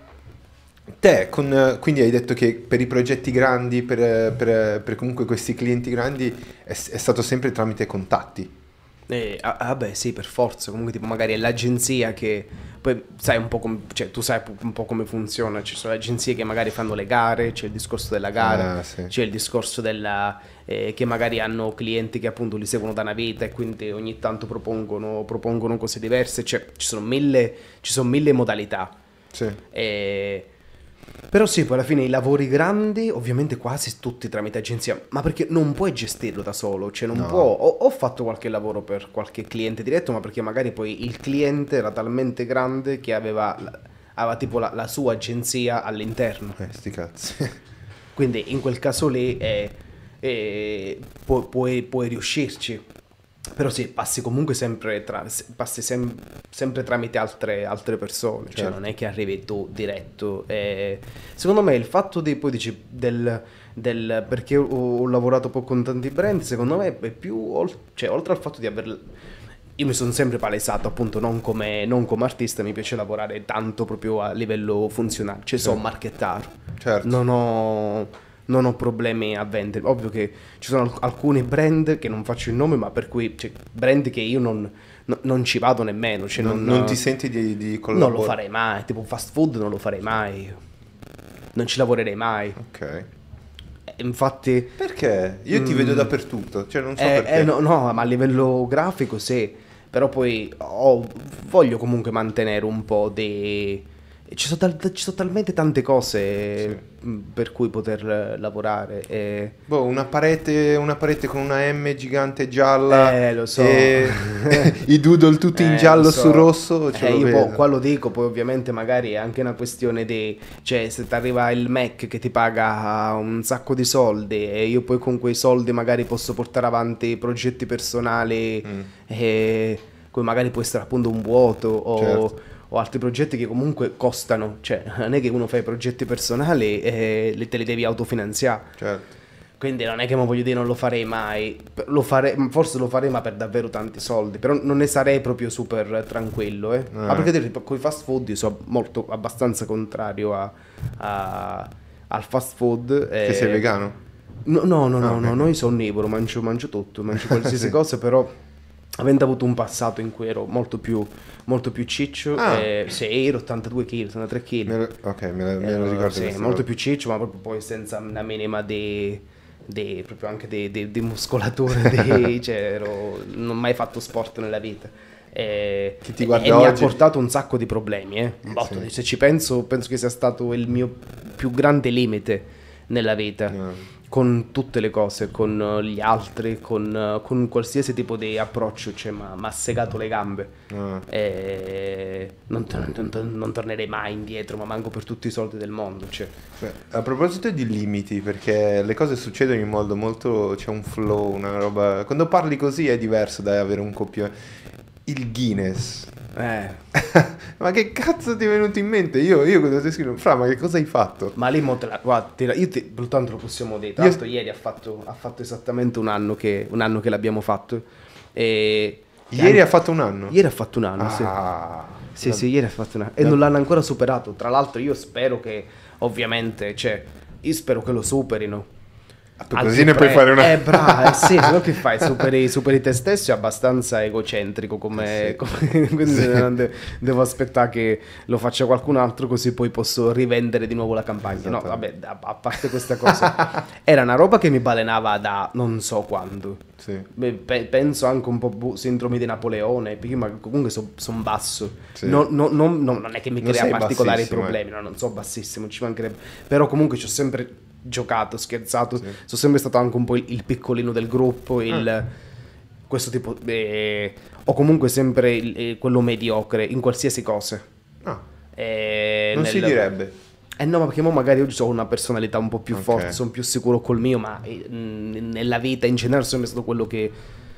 te, con, quindi hai detto che per i progetti grandi, per, per- per comunque questi clienti grandi, è, è stato sempre tramite contatti. Eh, ah, ah, beh, sì, per forza. Comunque, tipo, magari è l'agenzia che poi sai un po' come, cioè, tu sai un po' come funziona. Ci sono le agenzie che magari fanno le gare, c'è il discorso della gara, Ah, sì. c'è il discorso della eh, che magari hanno clienti che appunto li seguono da una vita e quindi ogni tanto propongono, propongono cose diverse. Cioè, ci sono mille, ci sono mille modalità. Sì. Eh, Però sì, poi alla fine i lavori grandi, ovviamente quasi tutti tramite agenzia, ma perché non puoi gestirlo da solo, cioè non No. può. Ho, ho fatto qualche lavoro per qualche cliente diretto, ma perché magari poi il cliente era talmente grande che aveva, aveva tipo la, la sua agenzia all'interno. Eh, sti cazzi. Quindi in quel caso lì eh, eh, pu- puoi, puoi riuscirci. Però sì, passi comunque sempre, tra, se- passi sem- sempre tramite altre, altre persone, cioè Certo. non è che arrivi tu diretto. eh. Secondo me il fatto di, poi dici, del, del perché ho, ho lavorato poi con tanti brand, secondo me è più, ol- cioè oltre al fatto di aver... Io mi sono sempre palesato appunto non come, non come artista, mi piace lavorare tanto proprio a livello funzionale, cioè so Certo. marchettare, Certo. non ho, non ho problemi a vendere. Ovvio che ci sono alc- alcuni brand che non faccio il nome, ma per cui cioè, brand che io non, no- non ci vado nemmeno. Cioè non, non, non ti senti di, di non collaborare? lo farei mai. Tipo fast food non lo farei mai. Non ci lavorerei mai. Ok. Eh, Infatti, Perché? Io ti Mm. vedo dappertutto, cioè non so eh, perché. eh, no, no, ma a livello grafico sì. Però poi ho- voglio comunque mantenere un po' di... Ci sono, tal- ci sono talmente tante cose mh, per cui poter eh, lavorare. E... Boh, una parete, una parete con una M gigante gialla. Eh, lo so. E i doodle tutti in Eh, giallo lo so. su rosso. Ce Eh, lo io vedo. po- qua lo dico, poi ovviamente magari è anche una questione di... Cioè, se ti arriva il Mac che ti paga un sacco di soldi e io poi con quei soldi magari posso portare avanti progetti personali Mm. e come magari può essere appunto un vuoto o, Certo. o altri progetti che comunque costano, cioè non è che uno fa i progetti personali e te li devi autofinanziare. Certo. Quindi non è che mo voglio dire non lo farei mai, lo farei, forse lo farei ma per davvero tanti soldi, però non ne sarei proprio super tranquillo, eh. Ah. Ma perché con i fast food io sono molto, abbastanza contrario a, a- al fast food. Che eh. sei vegano? No, no, no, Ah, no, ok. no, noi sono onnivoro, mangio, mangio tutto, mangio qualsiasi Sì. cosa, però avendo avuto un passato in cui ero molto più, molto più ciccio, Ah. eh, sì, ero ottantadue chili, ottantatré chili. Me lo- ok, me lo, me lo Eh, ricordo. sì, questa molto cosa. più ciccio, ma proprio poi senza una minima di, di- proprio anche di, di- di muscolatura, di- cioè ero, non ho mai fatto sport nella vita. E, Chi ti e- guarda e mi ha oggi- portato un sacco di problemi, eh. Un botto Sì. di- se ci penso, penso che sia stato il mio più grande limite nella vita. No. Con tutte le cose, con eh, gli altri, con, eh, con qualsiasi tipo di approccio, cioè mi ha segato le gambe. Ah. E non, non- non- non tornerei mai indietro, ma manco per tutti i soldi del mondo. Cioè. Beh, a proposito di limiti, perché le cose succedono in modo molto... c'è un flow, una roba... Quando parli così è diverso da avere un copione. Il Guinness. Eh, Ma che cazzo ti è venuto in mente? Io, io quando ti scrivo, Fra, ma che cosa hai fatto? ma lì mo te la, guarda, te la- io ti, soltanto lo possiamo dire. Tra Io- l'altro ieri ha fatto, ha fatto esattamente un anno che, un anno che l'abbiamo fatto. E Ieri ha fatto un anno? Ieri ha fatto un anno, sì. Ah, Sì, sì, ieri ha fatto un anno. E da- non l'hanno ancora superato. Tra l'altro io spero che, ovviamente, cioè, io spero che lo superino. tu Al così più ne puoi pre- fare una... Eh, bravo, eh, sì, se no che fai? Superi, superi te stesso, è abbastanza egocentrico come... Sì. come- quindi Sì. non de- devo aspettare che lo faccia qualcun altro così poi posso rivendere di nuovo la campagna. No, vabbè, a, a parte questa cosa, era una roba che mi balenava da non so quando. Sì. Beh, pe- penso anche un po' bu- sindrome di Napoleone, perché io ma- comunque sono basso. Sì. No- no- non- no- non è che mi Non crea sei particolari bassissimo, eh. problemi, no, non so bassissimo, ci mancherebbe. Però comunque ci ho sempre giocato, scherzato, Sì. sono sempre stato anche un po' il, il piccolino del gruppo, il, Ah. questo tipo, eh, o comunque sempre il- eh, quello mediocre in qualsiasi cosa. Ah, Eh, non si nel- direbbe. eh no, ma perché mo magari oggi ho una personalità un po' più Ok. forte, sono più sicuro col mio, ma eh, mh, nella vita in generale sono sempre stato quello che...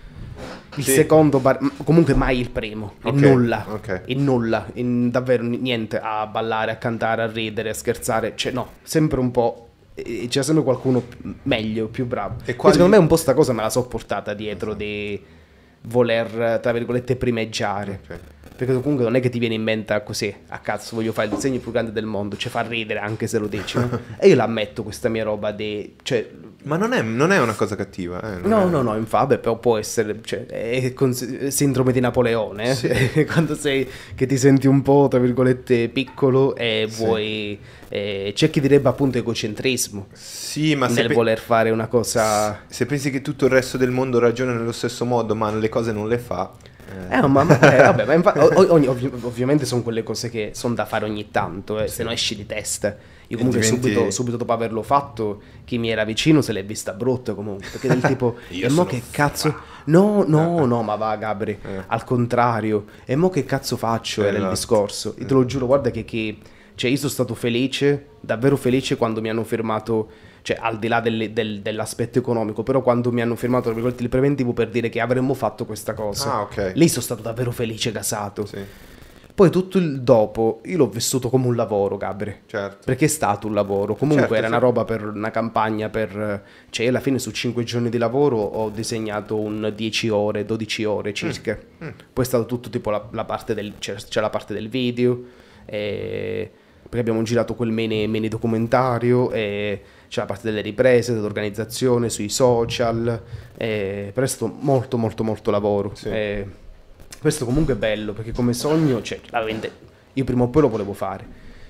Il Sì. secondo, bar- m- comunque mai il primo, Ok, il nulla, ok. il nulla, in davvero n- niente, a ballare, a cantare, a ridere, a scherzare, cioè no, sempre un po', eh, c'è sempre qualcuno p- meglio, più bravo. E E quali- secondo me un po' sta cosa me la so portata dietro di voler, tra virgolette, primeggiare. Ok. Perché comunque non è che ti viene in mente così, a cazzo, voglio fare il disegno più grande del mondo, cioè fa ridere anche se lo dici, no? E io l'ammetto questa mia roba di... Cioè, Ma non è, non è una cosa cattiva, eh? non no, è- no, no, infatti, vabbè, però può essere, cioè, è cons- sindrome di Napoleone, eh? Sì. Quando sei, che ti senti un po', tra virgolette, piccolo e Sì. vuoi... eh, c'è chi direbbe appunto egocentrismo, Sì, ma se, nel pe- voler fare una cosa... se pensi che tutto il resto del mondo ragiona nello stesso modo, ma le cose non le fa... Eh, ma, ma- eh, vabbè, ma infa- o- ogni- ovvi- ovviamente sono quelle cose che sono da fare ogni tanto, eh, se no esci di testa. Io comunque diventi- subito, subito dopo averlo fatto, chi mi era vicino se l'è vista brutta comunque, perché del tipo, Io e mo sono che cazzo... No, no, Eh. no, ma va Gabri, Eh. al contrario, e mo che cazzo faccio era il Esatto. discorso. Io te lo giuro, guarda che, che cioè io sono stato felice, davvero felice quando mi hanno firmato, cioè al di là delle- del- dell'aspetto economico, però quando mi hanno firmato tra virgolette, il preventivo per dire che avremmo fatto questa cosa. Ah, ok. Lì sono stato davvero felice, gasato. Sì, Poi tutto il dopo, io l'ho vissuto come un lavoro, Gabri. certo. Perché è stato un lavoro. Comunque Certo, era sì. una roba per una campagna per... Cioè alla fine su cinque giorni di lavoro ho disegnato un dieci ore, dodici ore circa. Mm. Poi è stato tutto tipo la, la parte del... C'è, c'è la parte del video. E... Perché abbiamo girato quel mini, mini documentario. E c'è la parte delle riprese, dell'organizzazione, sui social. E... Però è stato molto molto molto lavoro. Sì. E... Questo comunque è bello perché come sogno, cioè, veramente, io prima o poi lo volevo fare.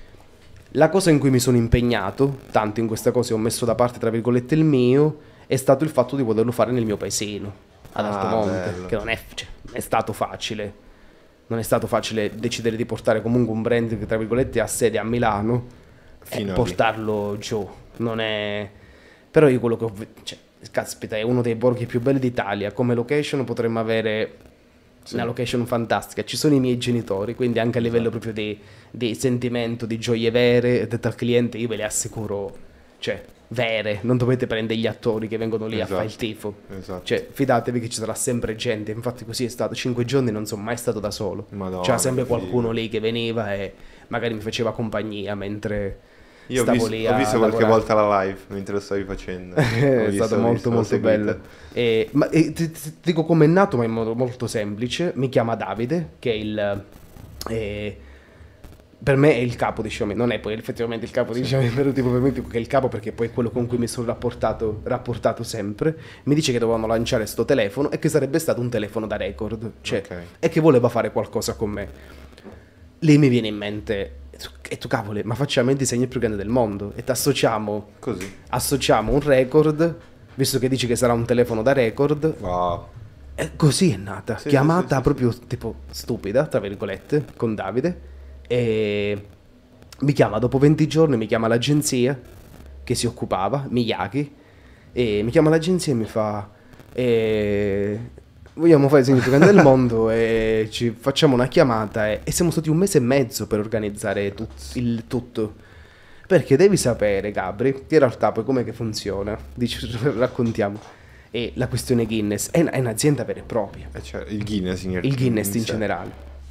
La cosa in cui mi sono impegnato, tanto in questa cosa e ho messo da parte, tra virgolette, il mio, è stato il fatto di volerlo fare nel mio paesino, ad Ah, Altomonte, bello. che non è, cioè, non è stato facile. Non è stato facile decidere di portare comunque un brand che, tra virgolette, ha sede a Milano Fino e a lì. portarlo giù. Non è... Però io quello che ho... ve- Cioè, caspita, è uno dei borghi più belli d'Italia. Come location potremmo avere... Sì. Una location fantastica, ci sono i miei genitori, quindi anche a livello Esatto. proprio di, di sentimento, di gioie vere, detto al cliente, io ve le assicuro, cioè, vere, non dovete prendere gli attori che vengono lì Esatto. a fare il tifo. Esatto. Cioè, fidatevi che ci sarà sempre gente. Infatti così è stato, cinque giorni non sono mai stato da solo. Madonna, C'era sempre che qualcuno figo. lì che veniva e magari mi faceva compagnia mentre Io ho stavo visto, lì ho a visto qualche lavorare. volta la live mentre lo stavi facendo. Ho È visto, stato ho molto visto, l'ho molto seguito. bello. E, ma e ti, ti- ti dico come è nato, ma in modo molto semplice. Mi chiama Davide, che è il... eh, per me è il capo di Xiaomi, non è poi effettivamente il capo di Xiaomi, però tipo per me più che il capo perché poi è quello con cui mi sono rapportato, rapportato sempre. Mi dice che dovevano lanciare sto telefono e che sarebbe stato un telefono da record, cioè, Ok. e che voleva fare qualcosa con me. Lì mi viene in mente, e tu cavoli, ma facciamo il disegno più grande del mondo e ti associamo, Così. associamo un record, visto che dici che sarà un telefono da record. Wow. E così è nata, Sì, chiamata sì, sì, sì, proprio tipo stupida, tra virgolette, con Davide. E mi chiama dopo venti giorni, mi chiama l'agenzia che si occupava, Miyagi, e mi chiama l'agenzia e mi fa eh, vogliamo fare il segno più grande del mondo e ci facciamo una chiamata e, e siamo stati un mese e mezzo per organizzare tut- il tutto. Perché devi sapere, Gabri, che in realtà poi com'è che funziona, dici, raccontiamo. E la questione Guinness è, è un'azienda vera e propria, E c'è il Guinness in il Guinness in sé. generale.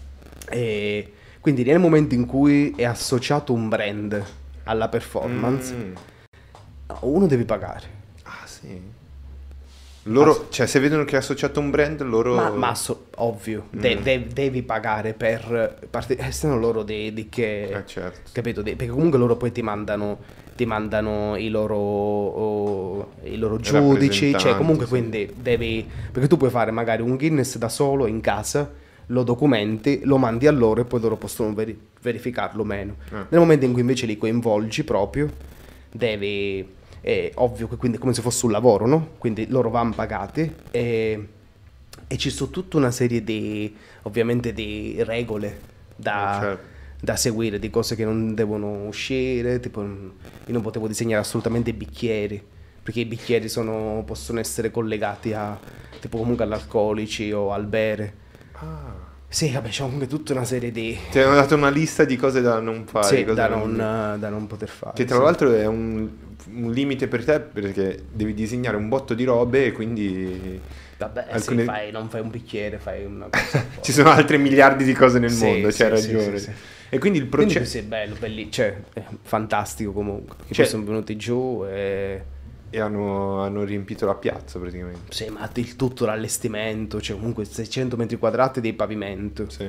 E quindi nel momento in cui è associato un brand alla performance, Mm. uno devi pagare. Ah, sì. Loro, cioè, se vedono che è associato a un brand, loro... Ma, ma so- ovvio, de- Mm. de- devi pagare per parte- eh, se no loro di, di che... Eh, certo. Capito? De- perché comunque loro poi ti mandano, ti mandano i loro, oh, i loro giudici, cioè comunque sì. quindi devi... Perché tu puoi fare magari un Guinness da solo in casa, lo documenti, lo mandi a loro e poi loro possono veri- verificarlo o meno. Eh. Nel momento in cui invece li coinvolgi proprio, devi... È ovvio che quindi è come se fosse un lavoro, no? Quindi loro vanno pagati e, e ci sono tutta una serie di, ovviamente, di regole da, Eh, certo. da seguire, di cose che non devono uscire, tipo io non potevo disegnare assolutamente i bicchieri, perché i bicchieri sono, possono essere collegati a, tipo comunque all'alcolici o al bere. Ah. Sì, vabbè, c'è comunque tutta una serie di... Ti hanno dato una lista di cose da non fare. Sì, cose da non, da non poter fare. Che tra sì. l'altro è un, un limite per te perché devi disegnare un botto di robe e quindi Vabbè, alcune- sì, fai, non fai un bicchiere, fai una cosa. ci sono altre miliardi di cose nel Sì, mondo, sì, c'hai sì, ragione. sì, sì. E quindi il Quindi processo... sì, è bello, belli, cioè, è fantastico comunque. Che Cioè- poi sono venuti giù e... E hanno, hanno riempito la piazza praticamente. Sì, ma il tutto l'allestimento, cioè comunque seicento metri quadrati di pavimento. Sì.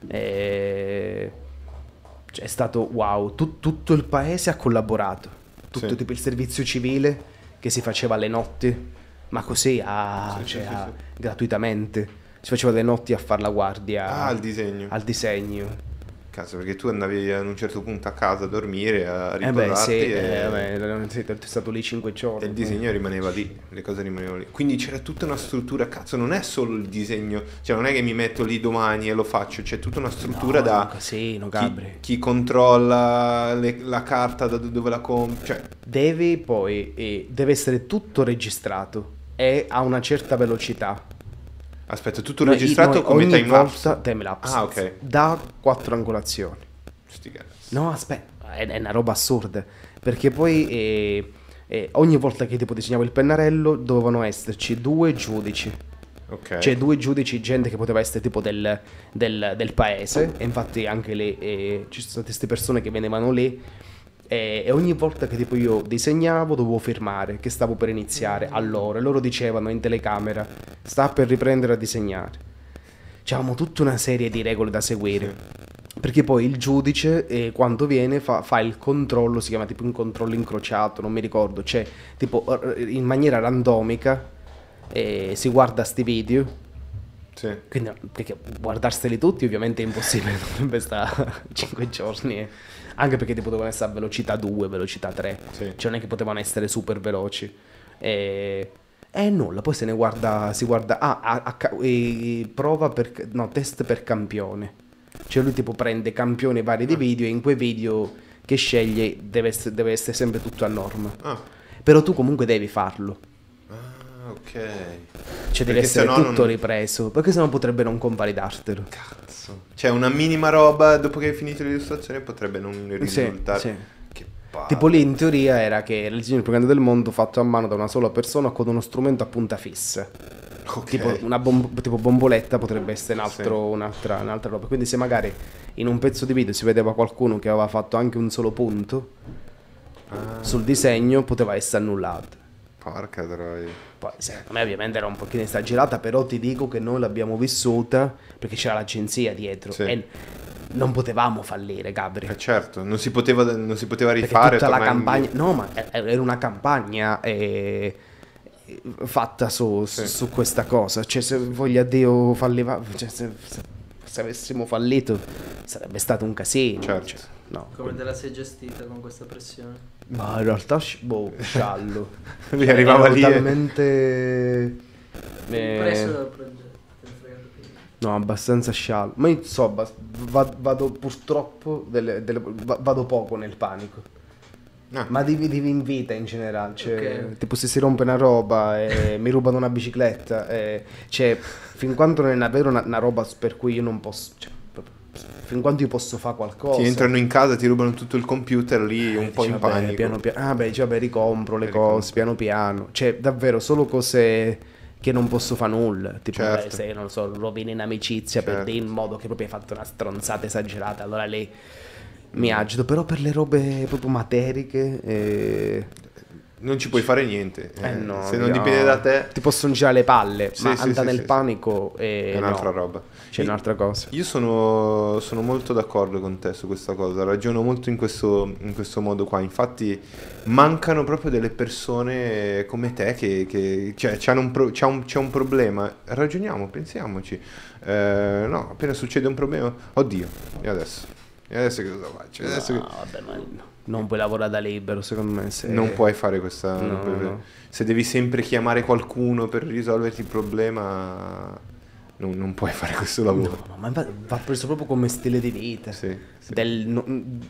E... Cioè, è stato wow, Tu- tutto il paese ha collaborato. Tutto Sì. tipo il servizio civile che si faceva alle notti, ma così a, Sì, cioè, sì, sì, a- sì. gratuitamente. Si faceva le notti a far la guardia Ah, al disegno. al disegno. Cazzo, perché tu andavi a un certo punto a casa a dormire, a Eh beh, riposarti sì, e... eh, vabbè, sì, sei stato lì cinque giorni. E il disegno rimaneva lì, le cose rimanevano lì. Quindi c'era tutta una struttura, cazzo, non è solo il disegno, cioè non è che mi metto lì domani e lo faccio, c'è tutta una struttura No, da un casino, chi, Gabri. chi controlla le- la carta da dove la compri, cioè Devi poi, eh, deve essere tutto registrato e a una certa velocità. aspetta, tutto Noi- registrato noi come ogni timelapse? volta timelapse. Ah, ok. Da quattro angolazioni. Sti cazzi. No, aspetta, è, è una roba assurda. Perché poi eh, eh, ogni volta che tipo disegnavo il pennarello dovevano esserci due giudici. Ok. Cioè due giudici, gente che poteva essere tipo del, del- del paese. E infatti anche lì eh, ci sono state queste persone che venivano lì. E, e ogni volta che tipo io disegnavo dovevo firmare che stavo per iniziare a loro. E loro dicevano in telecamera: sta per riprendere a disegnare. C'avevamo tutta una serie di regole da seguire. Perché poi il giudice, eh, quando viene, fa, fa il controllo, si chiama tipo un controllo incrociato, non mi ricordo, cioè tipo eh, in maniera randomica eh, si guarda sti video. Sì. Quindi, perché guardarseli tutti ovviamente è impossibile, dovrebbe stare cinque giorni. eh. Anche perché tipo dovevano essere a velocità due, velocità tre. Sì. Cioè non è che potevano essere super veloci. E, e nulla, poi se ne guarda, si guarda, ah, a- a ca- e prova per, no, test per campione. Cioè lui tipo prende campioni vari di video e in quei video che sceglie deve essere, deve essere sempre tutto a norma. Ah, Però tu comunque devi farlo. ah, ok. Cioè deve Perché essere sennò tutto non- ripreso, perché sennò potrebbe non convalidartelo. Cazzo. Cioè una minima roba dopo che hai finito l'illustrazione potrebbe non Sì, risultare. sì. Che Tipo lì in teoria era che era il disegno più grande del mondo fatto a mano da una sola persona con uno strumento a punta fissa. Ok. Tipo una bom- tipo bomboletta potrebbe essere un altro- Sì. un'altra, un'altra roba. Quindi se magari in un pezzo di video si vedeva qualcuno che aveva fatto anche un solo punto Ah, sul disegno, poteva essere annullato. porca troia. Poi secondo me ovviamente era un pochino esagerata, però ti dico che noi l'abbiamo vissuta perché c'era l'agenzia dietro Sì. e non potevamo fallire, Gabri. Eh certo, non si poteva, non si poteva Perché rifare. tutta la tornare campagna, indietro. no, ma era una campagna eh, fatta su, su- Sì. su questa cosa. Cioè, se voglia Dio falliva, cioè, se, se- se avessimo fallito sarebbe stato un casino. Certo. Cioè, no, Come quindi- te la sei gestita con questa pressione? ma in realtà, sci- boh, sciallo. Lui arrivava Ero lì e- talmente eh, Preso dal progetto. te ne frega più. no, abbastanza sciallo. Ma io so, abbast- va- vado purtroppo delle- delle- va- vado poco nel panico. Ah. Ma di, di in vita in generale, cioè, Ok. tipo se si rompe una roba e mi rubano una bicicletta, e, cioè, fin quanto non è davvero una, una roba per cui io non posso, cioè, proprio, fin quanto io posso fare qualcosa. Ti entrano in casa, ti rubano tutto il computer, lì un po' Dici, in vabbè, panico. piano piano, ah beh, dici, vabbè, ricompro le Le cose, ricompri. piano piano, cioè, davvero, solo cose che non posso fare nulla, tipo, Certo. beh, se, non lo so, rovini in amicizia per Certo. dire in modo che proprio hai fatto una stronzata esagerata, allora lì mi agito, però per le robe proprio materiche... Eh, Non ci puoi fare niente. Eh eh, no, se non io- dipende da te, ti possono girare le palle, Sì, ma sì, andare sì, nel sì, panico e è un'altra no, roba. c'è Io- un'altra cosa. Io sono, sono molto d'accordo con te su questa cosa, ragiono molto in questo, in questo modo qua, infatti mancano proprio delle persone come te che, che cioè, c'hanno un pro- c'è, un, c'è un problema, ragioniamo, pensiamoci, Eh, no, appena succede un problema, oddio, e adesso? E adesso che cosa faccio? E adesso No, che- vabbè, ma non puoi lavorare da libero, secondo me. Se... Non puoi fare questa... non No, puoi- no. Se devi sempre chiamare qualcuno per risolverti il problema, non, non puoi fare questo lavoro. No, no, ma va, va preso proprio come stile di vita. Sì, sì. Del no-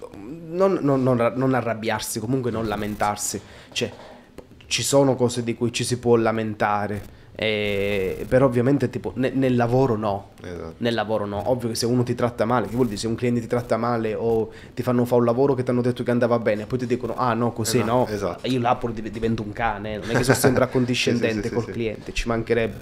non, non- non- non arrabbiarsi, comunque non lamentarsi. Cioè, ci sono cose di cui ci si può lamentare. eh, però ovviamente tipo ne- nel lavoro no. Esatto. Nel lavoro no, ovvio che se uno ti tratta male, che vuol dire se un cliente ti tratta male o ti fanno fare un lavoro che ti hanno detto che andava bene, poi ti dicono ah no così Esatto, no, esatto. io là pure div- divento un cane, non è che sono sempre accondiscendente Sì, sì, sì, col sì, sì. cliente, ci mancherebbe.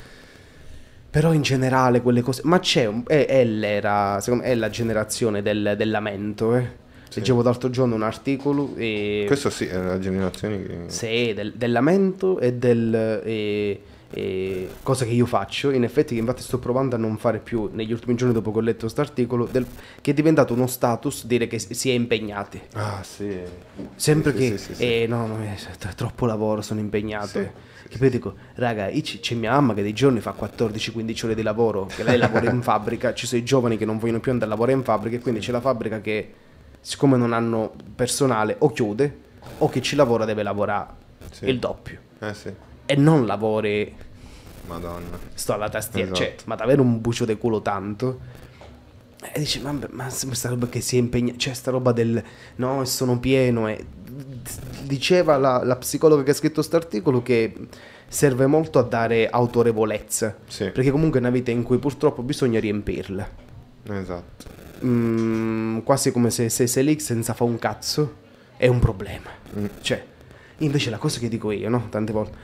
Però in generale quelle cose, ma c'è un, è, è l'era, secondo me è la generazione del, del lamento, eh. Sì. Leggevo l'altro giorno un articolo e Questo sì, è la generazione che... sì, del, del lamento e del e, e cosa che io faccio, in effetti che infatti sto provando a non fare più negli ultimi giorni dopo che ho letto questo articolo, del- che è diventato uno status dire che si è impegnati. Ah, sì. Sempre Sì, che sì, sì, sì. eh, no, no, è t- troppo lavoro, sono impegnato. Sì, Che poi dico, raga, io c- c'è mia mamma che dei giorni fa quattordici quindici ore di lavoro, che lei lavora in fabbrica, ci sono i giovani che non vogliono più andare a lavorare in fabbrica e quindi c'è la fabbrica che, siccome non hanno personale, o chiude o chi ci lavora deve lavorare Sì. il doppio. Eh sì, E non lavori, madonna. sto alla tastiera, Esatto. cioè, ma davvero un bucio de culo tanto. E dici, ma, ma sta roba che si è impegnata, cioè sta roba del no, sono pieno. E diceva la, la psicologa che ha scritto questo articolo che serve molto a dare autorevolezza, Sì, perché comunque è una vita in cui purtroppo bisogna riempirla. esatto. Mm, quasi come se, se sei lì senza fa un cazzo è un problema. Mm. Cioè, invece la cosa che dico io, no? Tante volte,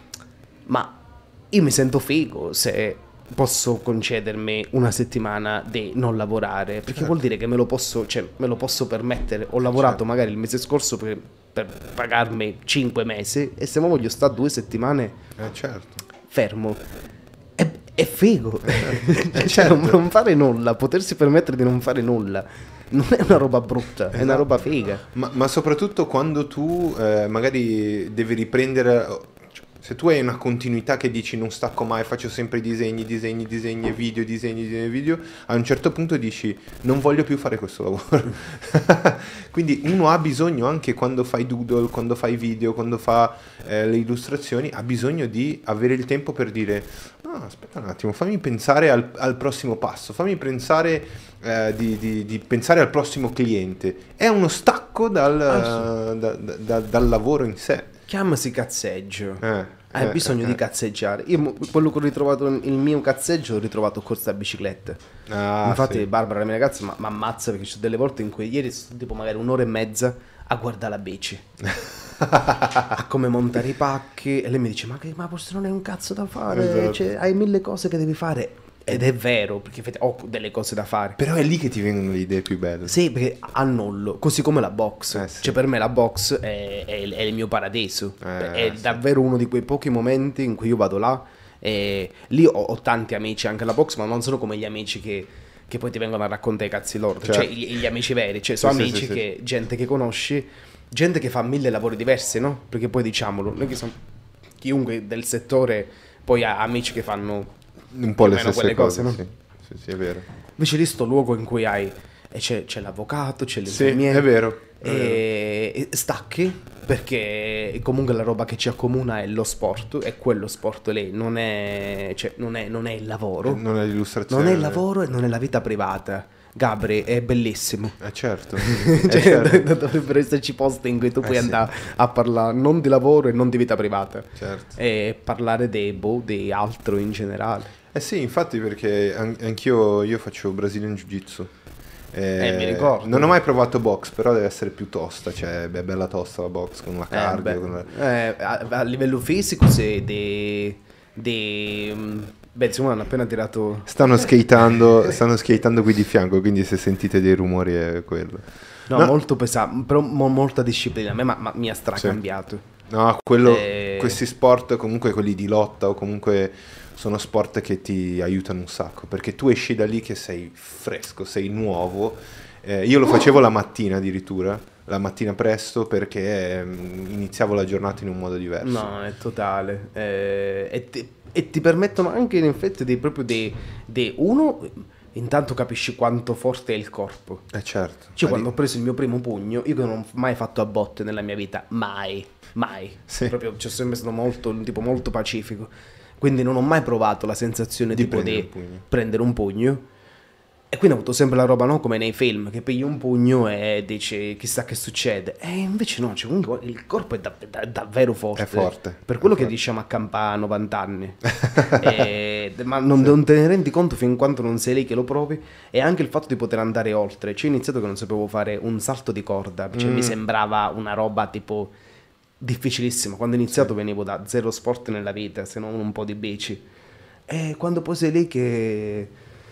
ma io mi sento figo se posso concedermi una settimana di non lavorare, perché Certo. vuol dire che me lo posso, cioè, me lo posso permettere. Ho lavorato Certo. magari il mese scorso per, per pagarmi cinque mesi e se mo voglio stare due settimane Eh certo. fermo. È, è figo. Eh, Cioè, non, certo. non fare nulla, potersi permettere di non fare nulla. Non è una roba brutta, è una Esatto. roba figa. Ma, ma soprattutto quando tu eh, magari devi riprendere, cioè, se tu hai una continuità che dici non stacco mai, faccio sempre disegni, disegni, disegni, video, disegni, disegni, video, a un certo punto dici non voglio più fare questo lavoro. Quindi uno ha bisogno anche quando fai doodle, quando fai video, quando fa eh, le illustrazioni, ha bisogno di avere il tempo per dire no, aspetta un attimo, fammi pensare al, al prossimo passo, fammi pensare eh, di, di- di pensare al prossimo cliente. È uno stacco dal, Ah, da- da- da- dal lavoro in sé. Chiamasi cazzeggio. Eh, Hai eh, bisogno eh, di eh. cazzeggiare. Io mo- quello che ho ritrovato, il mio cazzeggio, l'ho ritrovato con questa bicicletta. Ah, Infatti sì. Barbara, la mia ragazza, mi ammazza perché ci sono delle volte in cui ieri sono tipo magari un'ora e mezza a guardare la bici, a come montare i pacchi, e lei mi dice ma, che, ma questo non è un cazzo da fare, Esatto. cioè, hai mille cose che devi fare, ed è vero, perché effettivamente ho delle cose da fare. Però è lì che ti vengono le idee più belle. Sì, perché annullo, così come la box. Eh, sì. Cioè per me la box è, è- è il mio paradiso. Eh, è sì. davvero uno di quei pochi momenti in cui io vado là e lì ho, ho tanti amici anche alla box, ma non sono come gli amici che, che poi ti vengono a raccontare i cazzi loro. Certo. Cioè gli, gli amici veri, cioè sono Sì, sì, amici sì, sì. che, gente che conosci, gente che fa mille lavori diversi, no? Perché poi diciamolo, noi che sono chiunque del settore poi ha amici che fanno Un po' più o le meno stesse quelle cose, cose, no? sì. Sì, sì, è vero. Invece lì sto luogo in cui hai e c'è, c'è l'avvocato, c'è Sì, l'infermiere, è vero. È vero. e, e stacchi perché comunque la roba che ci accomuna è lo sport, e quello sport lì non è, cioè, non è, non è il lavoro, Non è l'illustrazione. non è il lavoro e non è la vita privata. Gabri, è bellissimo. Eh certo. Cioè, Eh, certo. do- dovrebbero esserci posti in cui tu Eh, puoi sì. andare a parlare non di lavoro e non di vita privata, Certo. e parlare di, boh, di altro in generale. Eh sì, infatti, perché an- anch'io io faccio Brazilian Jiu-Jitsu. Eh, mi ricordo. Non ho mai provato box, però deve essere più tosta, cioè è bella tosta la box con la Eh, cardio. beh, con la- eh, a, a livello fisico se di, di mm, beh insomma hanno appena tirato Stanno skateando, stanno skateando qui di fianco, quindi se sentite dei rumori è quello. no, No. molto pesante, però mo- molta disciplina, a me ma, ma mi ha stracambiato. No, quello, Eh. questi sport, comunque quelli di lotta o comunque sono sport che ti aiutano un sacco, perché tu esci da lì che sei fresco, sei nuovo. Eh, io lo facevo la mattina addirittura, la mattina presto, perché ehm, iniziavo la giornata in un modo diverso. No, è totale. Eh, e, ti, e ti permettono anche in effetti di proprio di, di uno, intanto capisci quanto forte è il corpo. Eh certo. Cioè Ma quando ho lì- preso il mio primo pugno, io che non ho mai fatto a botte nella mia vita, mai, mai. Sì. Proprio, cioè, sono sempre stato molto, un tipo molto pacifico. Quindi non ho mai provato la sensazione Di tipo prendere di un pugno. prendere un pugno. E quindi ho avuto sempre la roba, no? Come nei film, che pigli un pugno e dici chissà che succede. E invece no, cioè, comunque il corpo è, da- è davvero forte. È forte, Per è quello che forte. diciamo a campà a novanta anni. E- ma non, non te ne rendi conto fin quando non sei lì che lo provi. E anche il fatto di poter andare oltre. Cioè, ho iniziato che non sapevo fare un salto di corda. Cioè, Mm. mi sembrava una roba tipo difficilissima. Quando ho iniziato venivo da zero sport nella vita, se non un po' di bici. E quando poi sei lì che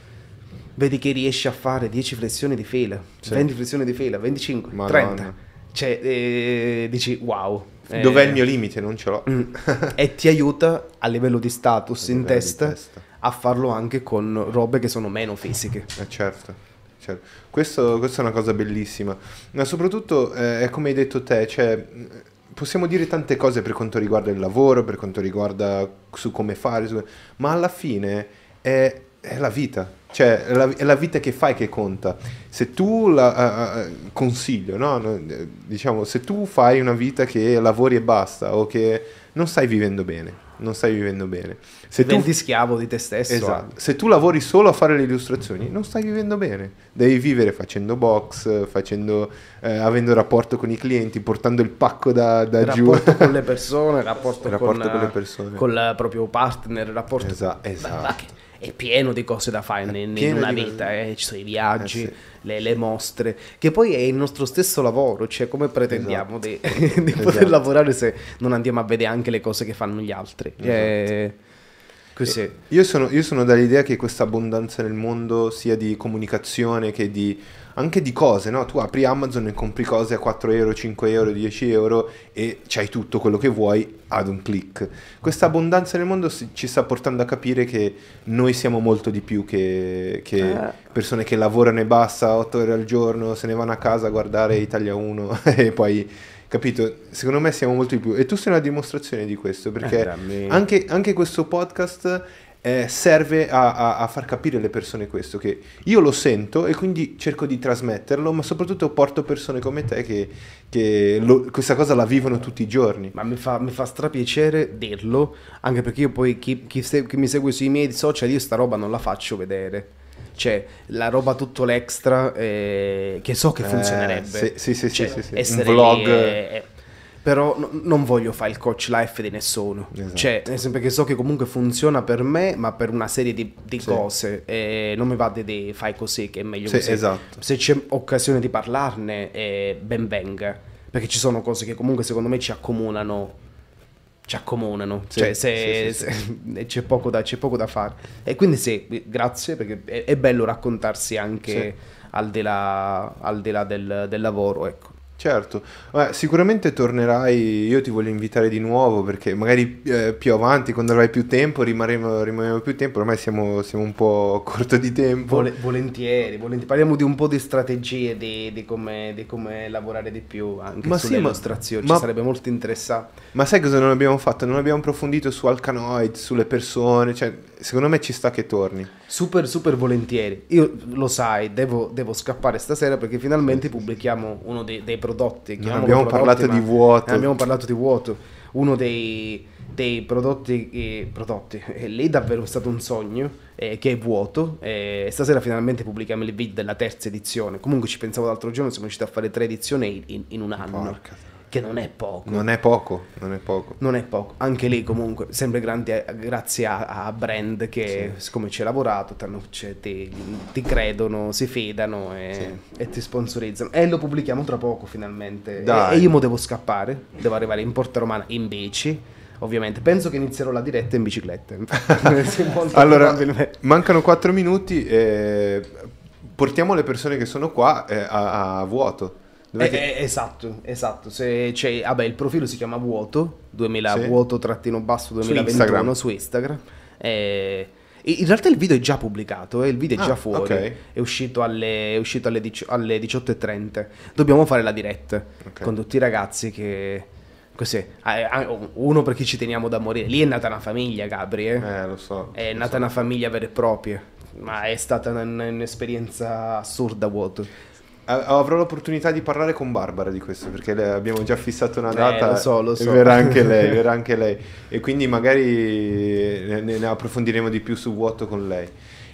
vedi che riesci a fare dieci flessioni di fila, Sì. venti flessioni di fila, venticinque, Madonna. trenta, cioè eh, dici wow. Eh, Dov'è il mio limite? Non ce l'ho. mm. E ti aiuta a livello di status A in livello di testa, testa. a farlo anche con robe che sono meno fisiche. Eh, certo, certo. Questo, questa è una cosa bellissima, ma soprattutto eh, è come hai detto te, cioè mh, possiamo dire tante cose per quanto riguarda il lavoro, per quanto riguarda su come fare, su- ma alla fine è, è la vita, cioè è la, è la vita che fai che conta. Se tu la eh, eh, consiglio, no? No, eh, Diciamo, se tu fai una vita che lavori e basta, o che non stai vivendo bene, non stai vivendo bene. Se tu Diventi schiavo di te stesso. Esatto. Se tu lavori solo a fare le illustrazioni, non stai vivendo bene. Devi vivere facendo box, facendo, eh, avendo rapporto con i clienti, portando il pacco da, da Il giù. rapporto con le persone, il rapporto, Il rapporto con, con le eh, persone. con il proprio partner, il rapporto Esa- ma- esatto. ma che è pieno di cose da fare in, in pieno una di- vita, eh. Ci sono i viaggi, Eh, sì. le, le mostre, che poi è il nostro stesso lavoro, cioè come pretendiamo di, di poter Esatto. lavorare se non andiamo a vedere anche le cose che fanno gli altri. Eh, così. Io sono, io sono dall'idea che questa abbondanza nel mondo sia di comunicazione che di anche di cose, no? Tu apri Amazon e compri cose a quattro euro, cinque euro, dieci euro e c'hai tutto quello che vuoi ad un click. Questa abbondanza nel mondo si- ci sta portando a capire che noi siamo molto di più che, che Eh. persone che lavorano e basta otto ore al giorno, se ne vanno a casa a guardare Italia uno e poi, capito? Secondo me siamo molto di più e tu sei una dimostrazione di questo, perché Eh, dammi. anche, anche questo podcast eh, serve a, a- a far capire alle persone questo, che io lo sento e quindi cerco di trasmetterlo, ma soprattutto porto persone come te che, che lo- questa cosa la vivono tutti i giorni. Ma mi fa, mi fa strapiacere dirlo, anche perché io poi chi, chi se- chi mi segue sui miei social, io sta roba non la faccio vedere. Cioè, la roba tutto l'extra eh, che so che Eh, funzionerebbe. sì, sì, sì, Cioè, sì, sì, sì. essere Un vlog. lì e- e- però no- non voglio fare il coach life di nessuno. Esatto. Cioè, nel senso che so che comunque funziona per me, ma per una serie di, di Sì. cose. E non mi va di dire fai così, che è meglio Sì, così. esatto. Se c'è occasione di parlarne, eh, ben venga. perché ci sono cose che comunque secondo me ci accomunano, ci accomunano, Sì, cioè se, sì, sì, se- c'è poco da, c'è poco da fare. E quindi sì, grazie, perché è, è bello raccontarsi anche Sì. al di là, al di là del, del lavoro, ecco. Certo, Beh, sicuramente tornerai, io ti voglio invitare di nuovo perché magari eh, più avanti, quando avrai più tempo, rimarremo, rimarremo più tempo, ormai siamo, siamo un po' corto di tempo. Vole- volentieri, volentieri. Parliamo di un po' di strategie, di, di come, di come lavorare di più anche Ma sulle sì, ma- illustrazioni, ma- ci sarebbe molto interessante. Ma sai cosa non abbiamo fatto? Non abbiamo approfondito su Alcanoid, sulle persone, cioè secondo me ci sta che torni. Super, super volentieri. Io lo sai, devo, devo scappare stasera perché finalmente pubblichiamo uno dei, dei prodotti. Non chiamiamoli abbiamo prodotti, parlato ma di vuoto. non abbiamo parlato di vuoto. Uno dei, dei prodotti, eh, prodotti. E lì davvero è stato un sogno, eh, che è vuoto. E stasera finalmente pubblichiamo il video della terza edizione. Comunque ci pensavo l'altro giorno, siamo riusciti a fare tre edizioni in, in un anno. Porca. Che non è poco. Non è poco, non è poco. Non è poco, anche lì comunque, sempre grande, grazie a, a brand che siccome ci hai lavorato, t'hanno- cioè, ti, ti credono, si fidano e, e ti sponsorizzano. E lo pubblichiamo tra poco finalmente. E, Dai. e io mo devo scappare, devo arrivare in Porta Romana in bici, ovviamente. Penso che inizierò la diretta in bicicletta. Sì, molto Allora, probabilmente. mancano quattro minuti e portiamo le persone che sono qua eh, a, a vuoto. Dov'è Eh, che- eh, esatto, esatto. Se c'è, vabbè, il profilo si chiama vuoto, duemila, Sì. vuoto trattino basso duemilaventuno Instagram. su Instagram. Eh, in realtà il video è già pubblicato, eh, il video è Ah, già fuori, ok. è uscito alle, è uscito alle, dici- alle diciotto e trenta. Dobbiamo fare la diretta Ok. con tutti i ragazzi che... Così, ah, ah, uno perché ci teniamo da morire. Lì è nata una famiglia, Gabri, eh. Eh, lo so. È lo nata so. una famiglia vera e propria, ma è stata un- un'esperienza assurda, vuoto. A- Avrò l'opportunità di parlare con Barbara di questo perché le abbiamo già fissato una Eh, data. lo so, lo e so. verrà anche lei, verrà anche lei. E quindi magari ne, ne approfondiremo di più su vuoto con lei.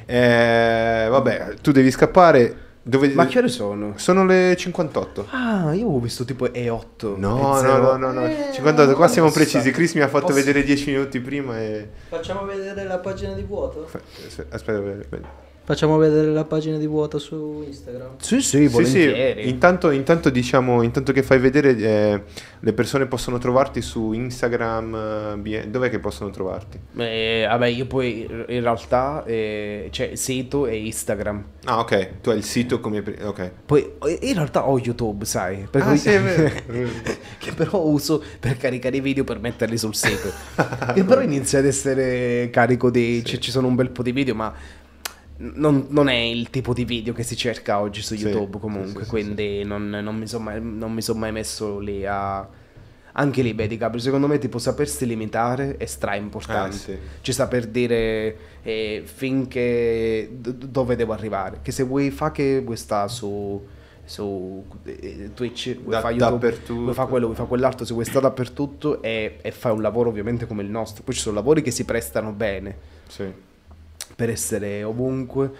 Eh, vabbè, tu devi scappare. Dove... Ma che ore sono? Sono le cinquantotto. Ah, io avevo visto tipo E otto. No, E no, zero. no, no, no. Eh, cinquantotto, qua siamo posso- precisi. Chris mi ha fatto posso- vedere dieci minuti prima e... Facciamo vedere la pagina di vuoto? Aspetta, aspetta, aspetta. Facciamo vedere la pagina di vuoto su Instagram. Sì, sì, Sì, volentieri. sì, intanto, intanto diciamo, intanto che fai vedere, eh, le persone possono trovarti su Instagram, eh, B- dov'è che possono trovarti? Eh, vabbè, io poi in realtà eh, c'è sito e Instagram. Ah, ok, tu hai il sito come... pri- ok. Poi eh, in realtà ho YouTube, sai? Per Ah, cui- sì, è vero. che però uso per caricare i video per metterli sul sito. Che però inizia ad essere carico di... cioè, ci sono un bel po' di video, ma non, non è il tipo di video che si cerca oggi su Sì, YouTube sì, comunque, sì, sì, quindi Non, non mi sono mai, non mi son mai messo lì a... Anche lì, vedi Gabri, secondo me tipo sapersi limitare è stra importante. Eh, sì. Ci saper dire eh, finché d- dove devo arrivare. Che se vuoi fa che vuoi sta su, su eh, Twitch, vuoi Da- fa YouTube, dappertutto. vuoi fa quello, vuoi fa quell'altro, se vuoi sta dappertutto e, e fai un lavoro ovviamente come il nostro. Poi ci sono lavori che si prestano bene Sì. per essere ovunque,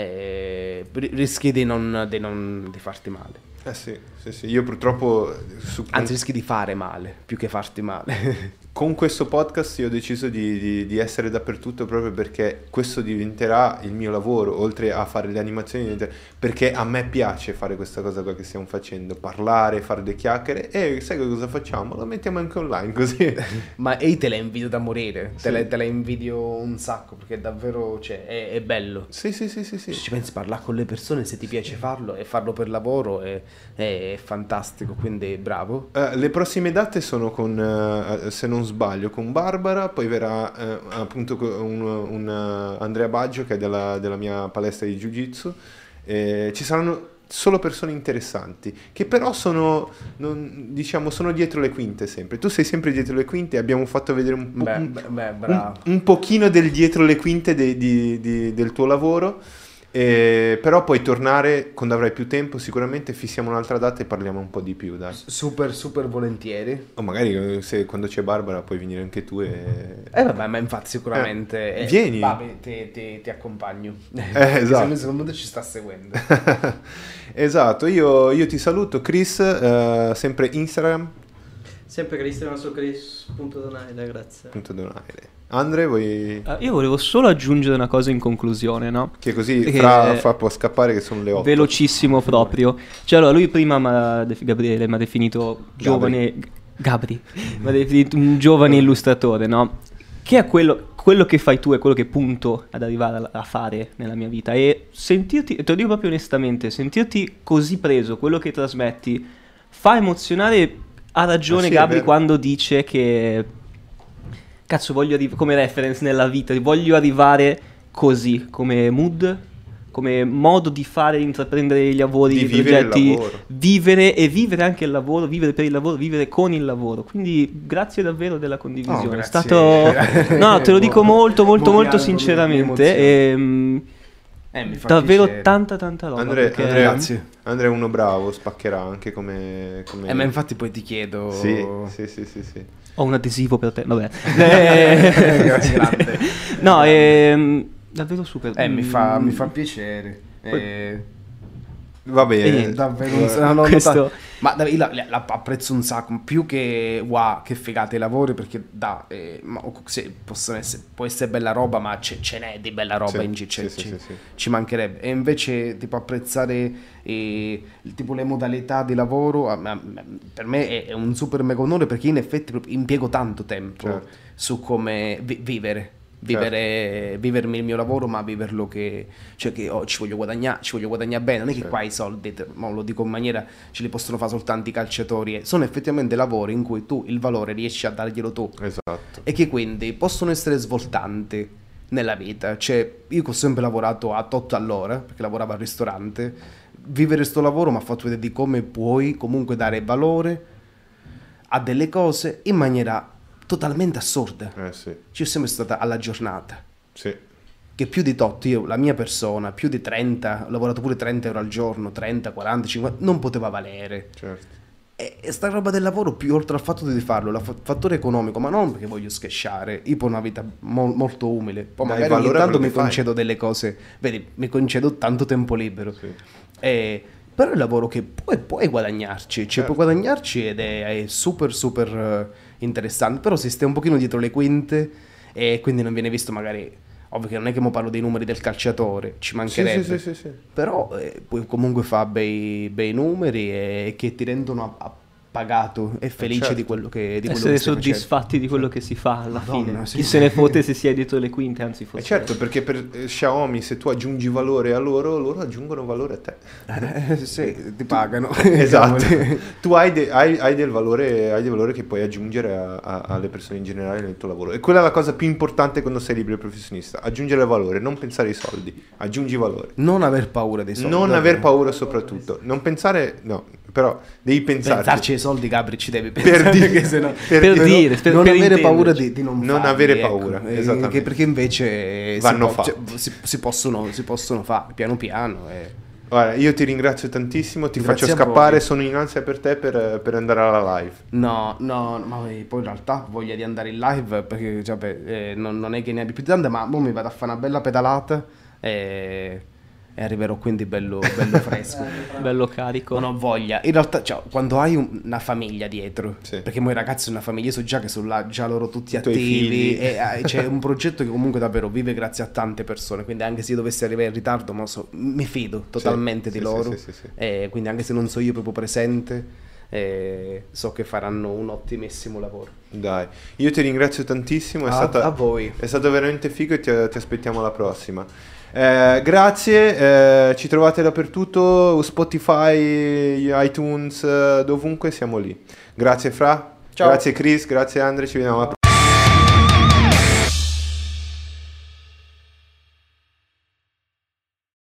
eh, ri- rischi di non, di non di farti male. Eh sì, sì, sì. Io purtroppo su, Anzi, rischi di fare male più che farti male. con questo podcast io ho deciso di, di- di essere dappertutto proprio perché questo diventerà il mio lavoro, oltre a fare le animazioni, diventerà- perché a me piace fare questa cosa qua che stiamo facendo, parlare, fare le chiacchiere e sai cosa facciamo? Lo mettiamo anche online così. Ma e te la invidio da morire, Sì. te, la, te la invidio un sacco perché davvero cioè, è, è bello. Sì, sì, sì, sì, sì. Se ci pensi, parlare con le persone, se ti piace farlo e farlo per lavoro è, è fantastico, quindi bravo. Eh, le prossime date sono con, eh, se non sbaglio, con Barbara, poi verrà eh, appunto co- un, un, eh, Andrea Baggio che è della, della mia palestra di Jiu-Jitsu. Eh, ci saranno solo persone interessanti, che però sono, non- diciamo, sono dietro le quinte sempre. Tu sei sempre dietro le quinte, abbiamo fatto vedere un, po- Beh, un, beh, beh, un, bravo. un pochino del dietro le quinte de- di- di- del tuo lavoro. Eh, però puoi tornare quando avrai più tempo, sicuramente fissiamo un'altra data e parliamo un po' di più, dai. Super, super volentieri. O magari eh, se quando c'è Barbara puoi venire anche tu e... Eh vabbè, ma infatti sicuramente... Eh, eh, vieni. Vabbè, ti, ti- ti accompagno. Eh, esatto. Secondo me ci sta seguendo. Esatto, io, io ti saluto Chris, eh, sempre Instagram. Sempre cristiano su chris.donaire, grazie. Punto donaire. Andre, vuoi... Uh, io volevo solo aggiungere una cosa in conclusione, no? Che così Che- Fra fa, può scappare che sono le otto. Velocissimo proprio. Cioè, allora, lui prima m'ha def- Gabriele mi ha definito giovane... Gabri. Mi ha definito un giovane illustratore, no? Che è quello, quello che fai tu, è quello che punto ad arrivare a, a fare nella mia vita. E sentirti, te lo dico proprio onestamente, sentirti così preso, quello che trasmetti, fa emozionare. Ha ragione Ah, sì, è Gabri vero. quando dice che... Cazzo, voglio arri- come reference nella vita, voglio arrivare così, come mood, come modo di fare, intraprendere i lavori, Di i vivere il progetti, lavoro. vivere e vivere anche il lavoro, vivere per il lavoro, vivere con il lavoro. Quindi grazie davvero della condivisione. Oh, è grazie. stato... No, te lo dico molto, molto, Mo- molto mi sinceramente. emoziona. E, mm, Eh, mi fa davvero piacere. tanta, tanta roba. Andre, perché- Andre, Grazie. Andre è uno bravo, spaccherà anche come... come... Eh, ma infatti poi ti chiedo... Sì, sì, sì, sì, sì. Ho un adesivo per te, vabbè. Eh, Grazie, grande. No, ehm, davvero super. Eh, mi fa, Mm, mi fa piacere. Eh, Va bene. Eh, davvero un Eh, sa- no, questo- no, ma da- io la, la- la apprezzo un sacco, più che wow, che figate i lavori, perché da eh, ma, o- se possono essere, può essere bella roba, ma ce, ce n'è di bella roba Sì, in giro, sì, sì, ci, sì, sì. ci mancherebbe. E invece tipo apprezzare eh, il- tipo le modalità di lavoro, a- a- per me è, è un super mega onore, perché in effetti proprio impiego tanto tempo Certo. su come vi- vivere. Vivere, vivermi il mio lavoro, ma viverlo che, cioè che oh, ci voglio guadagnare, ci voglio guadagnare bene. Non è che Certo. qua i soldi, te- mo lo dico in maniera, ce li possono fare soltanto i calciatori. eh. Sono effettivamente lavori in cui tu il valore riesci a darglielo tu Esatto. e che quindi possono essere svoltanti nella vita. Cioè, io che ho sempre lavorato a tot all'ora, perché lavoravo al ristorante, vivere sto lavoro mi ha fatto vedere di come puoi comunque dare valore a delle cose in maniera totalmente assurda. Eh sì, Ci è sempre stata alla giornata. sì. Che più di tot, io, la mia persona, più di trenta, ho lavorato pure trenta euro al giorno, trenta, quaranta, cinquanta, non poteva valere. Certo. E, e sta roba del lavoro, più oltre al fatto di farlo, il fattore economico, ma non perché voglio schesciare, io ho una vita mo- molto umile, poi Dai magari ogni valore a tanto quello mi che fai. concedo delle cose, vedi, mi concedo tanto tempo libero. Sì. E- però è un lavoro che puoi, puoi guadagnarci, cioè Certo. puoi guadagnarci ed è, è super super eh, interessante, però si sta un pochino dietro le quinte e quindi non viene visto magari, ovvio che non è che mo parlo dei numeri del calciatore, ci Sì, mancherebbe, sì, sì, sì, sì. però eh, puoi comunque fa bei, bei numeri e che ti rendono a- appagato e felice certo. di quello che, di quello essere che stai facendo. soddisfatti di quello che si fa alla Madonna, fine. sì. Chi se ne fotte se si è dietro le quinte, anzi Eh forse... certo, perché per eh, Xiaomi se tu aggiungi valore a loro, loro aggiungono valore a te. Eh, sì, ti pagano. Esatto. Tu hai, de- hai- hai del valore, hai del valore che puoi aggiungere a- a- alle persone in generale nel tuo lavoro. E quella è la cosa più importante quando sei libero professionista. Aggiungere valore, non pensare ai soldi. Aggiungi valore. Non aver paura dei soldi. Non davvero. aver paura soprattutto. Non pensare, no, però devi pensarci. Pensarci ai soldi, Gabri, ci devi Per pensare, dire- perché sennò- per Per dire- dire, per, non per avere intenderci. paura di, di non, Non farli, avere ecco. paura, Eh, esattamente. che- perché invece Vanno si, può- fatti. cioè, si, si possono, si possono fare piano piano. E... Guarda, io ti ringrazio tantissimo, ti Grazie faccio a scappare, voi. sono in ansia per te per, per andare alla live. No, no, ma poi in realtà ho voglia di andare in live perché cioè, beh, eh, non, non è che ne abbia più di tante, ma mo mi vado a fare una bella pedalata e, e arriverò quindi bello, bello fresco. Bello carico. Non ho voglia. In realtà, cioè, quando hai un- una famiglia dietro, Sì. perché mo i ragazzi sono una famiglia, io so già che sono là, già loro tutti I tuoi attivi, figli. e eh, c'è un progetto che comunque davvero vive grazie a tante persone, quindi anche se io dovessi arrivare in ritardo, ma so, mi fido totalmente Sì, di sì, loro, sì, sì, sì. e quindi anche se non so io proprio presente, eh, so che faranno un ottimissimo lavoro. Dai, io ti ringrazio tantissimo, è, A- stata- a voi. è stato veramente figo e ti, ti aspettiamo alla prossima. Eh, grazie, eh, ci trovate dappertutto, Spotify, iTunes, eh, dovunque siamo lì. Grazie Fra, Ciao. grazie Chris, grazie Andre, ci vediamo alla prossima.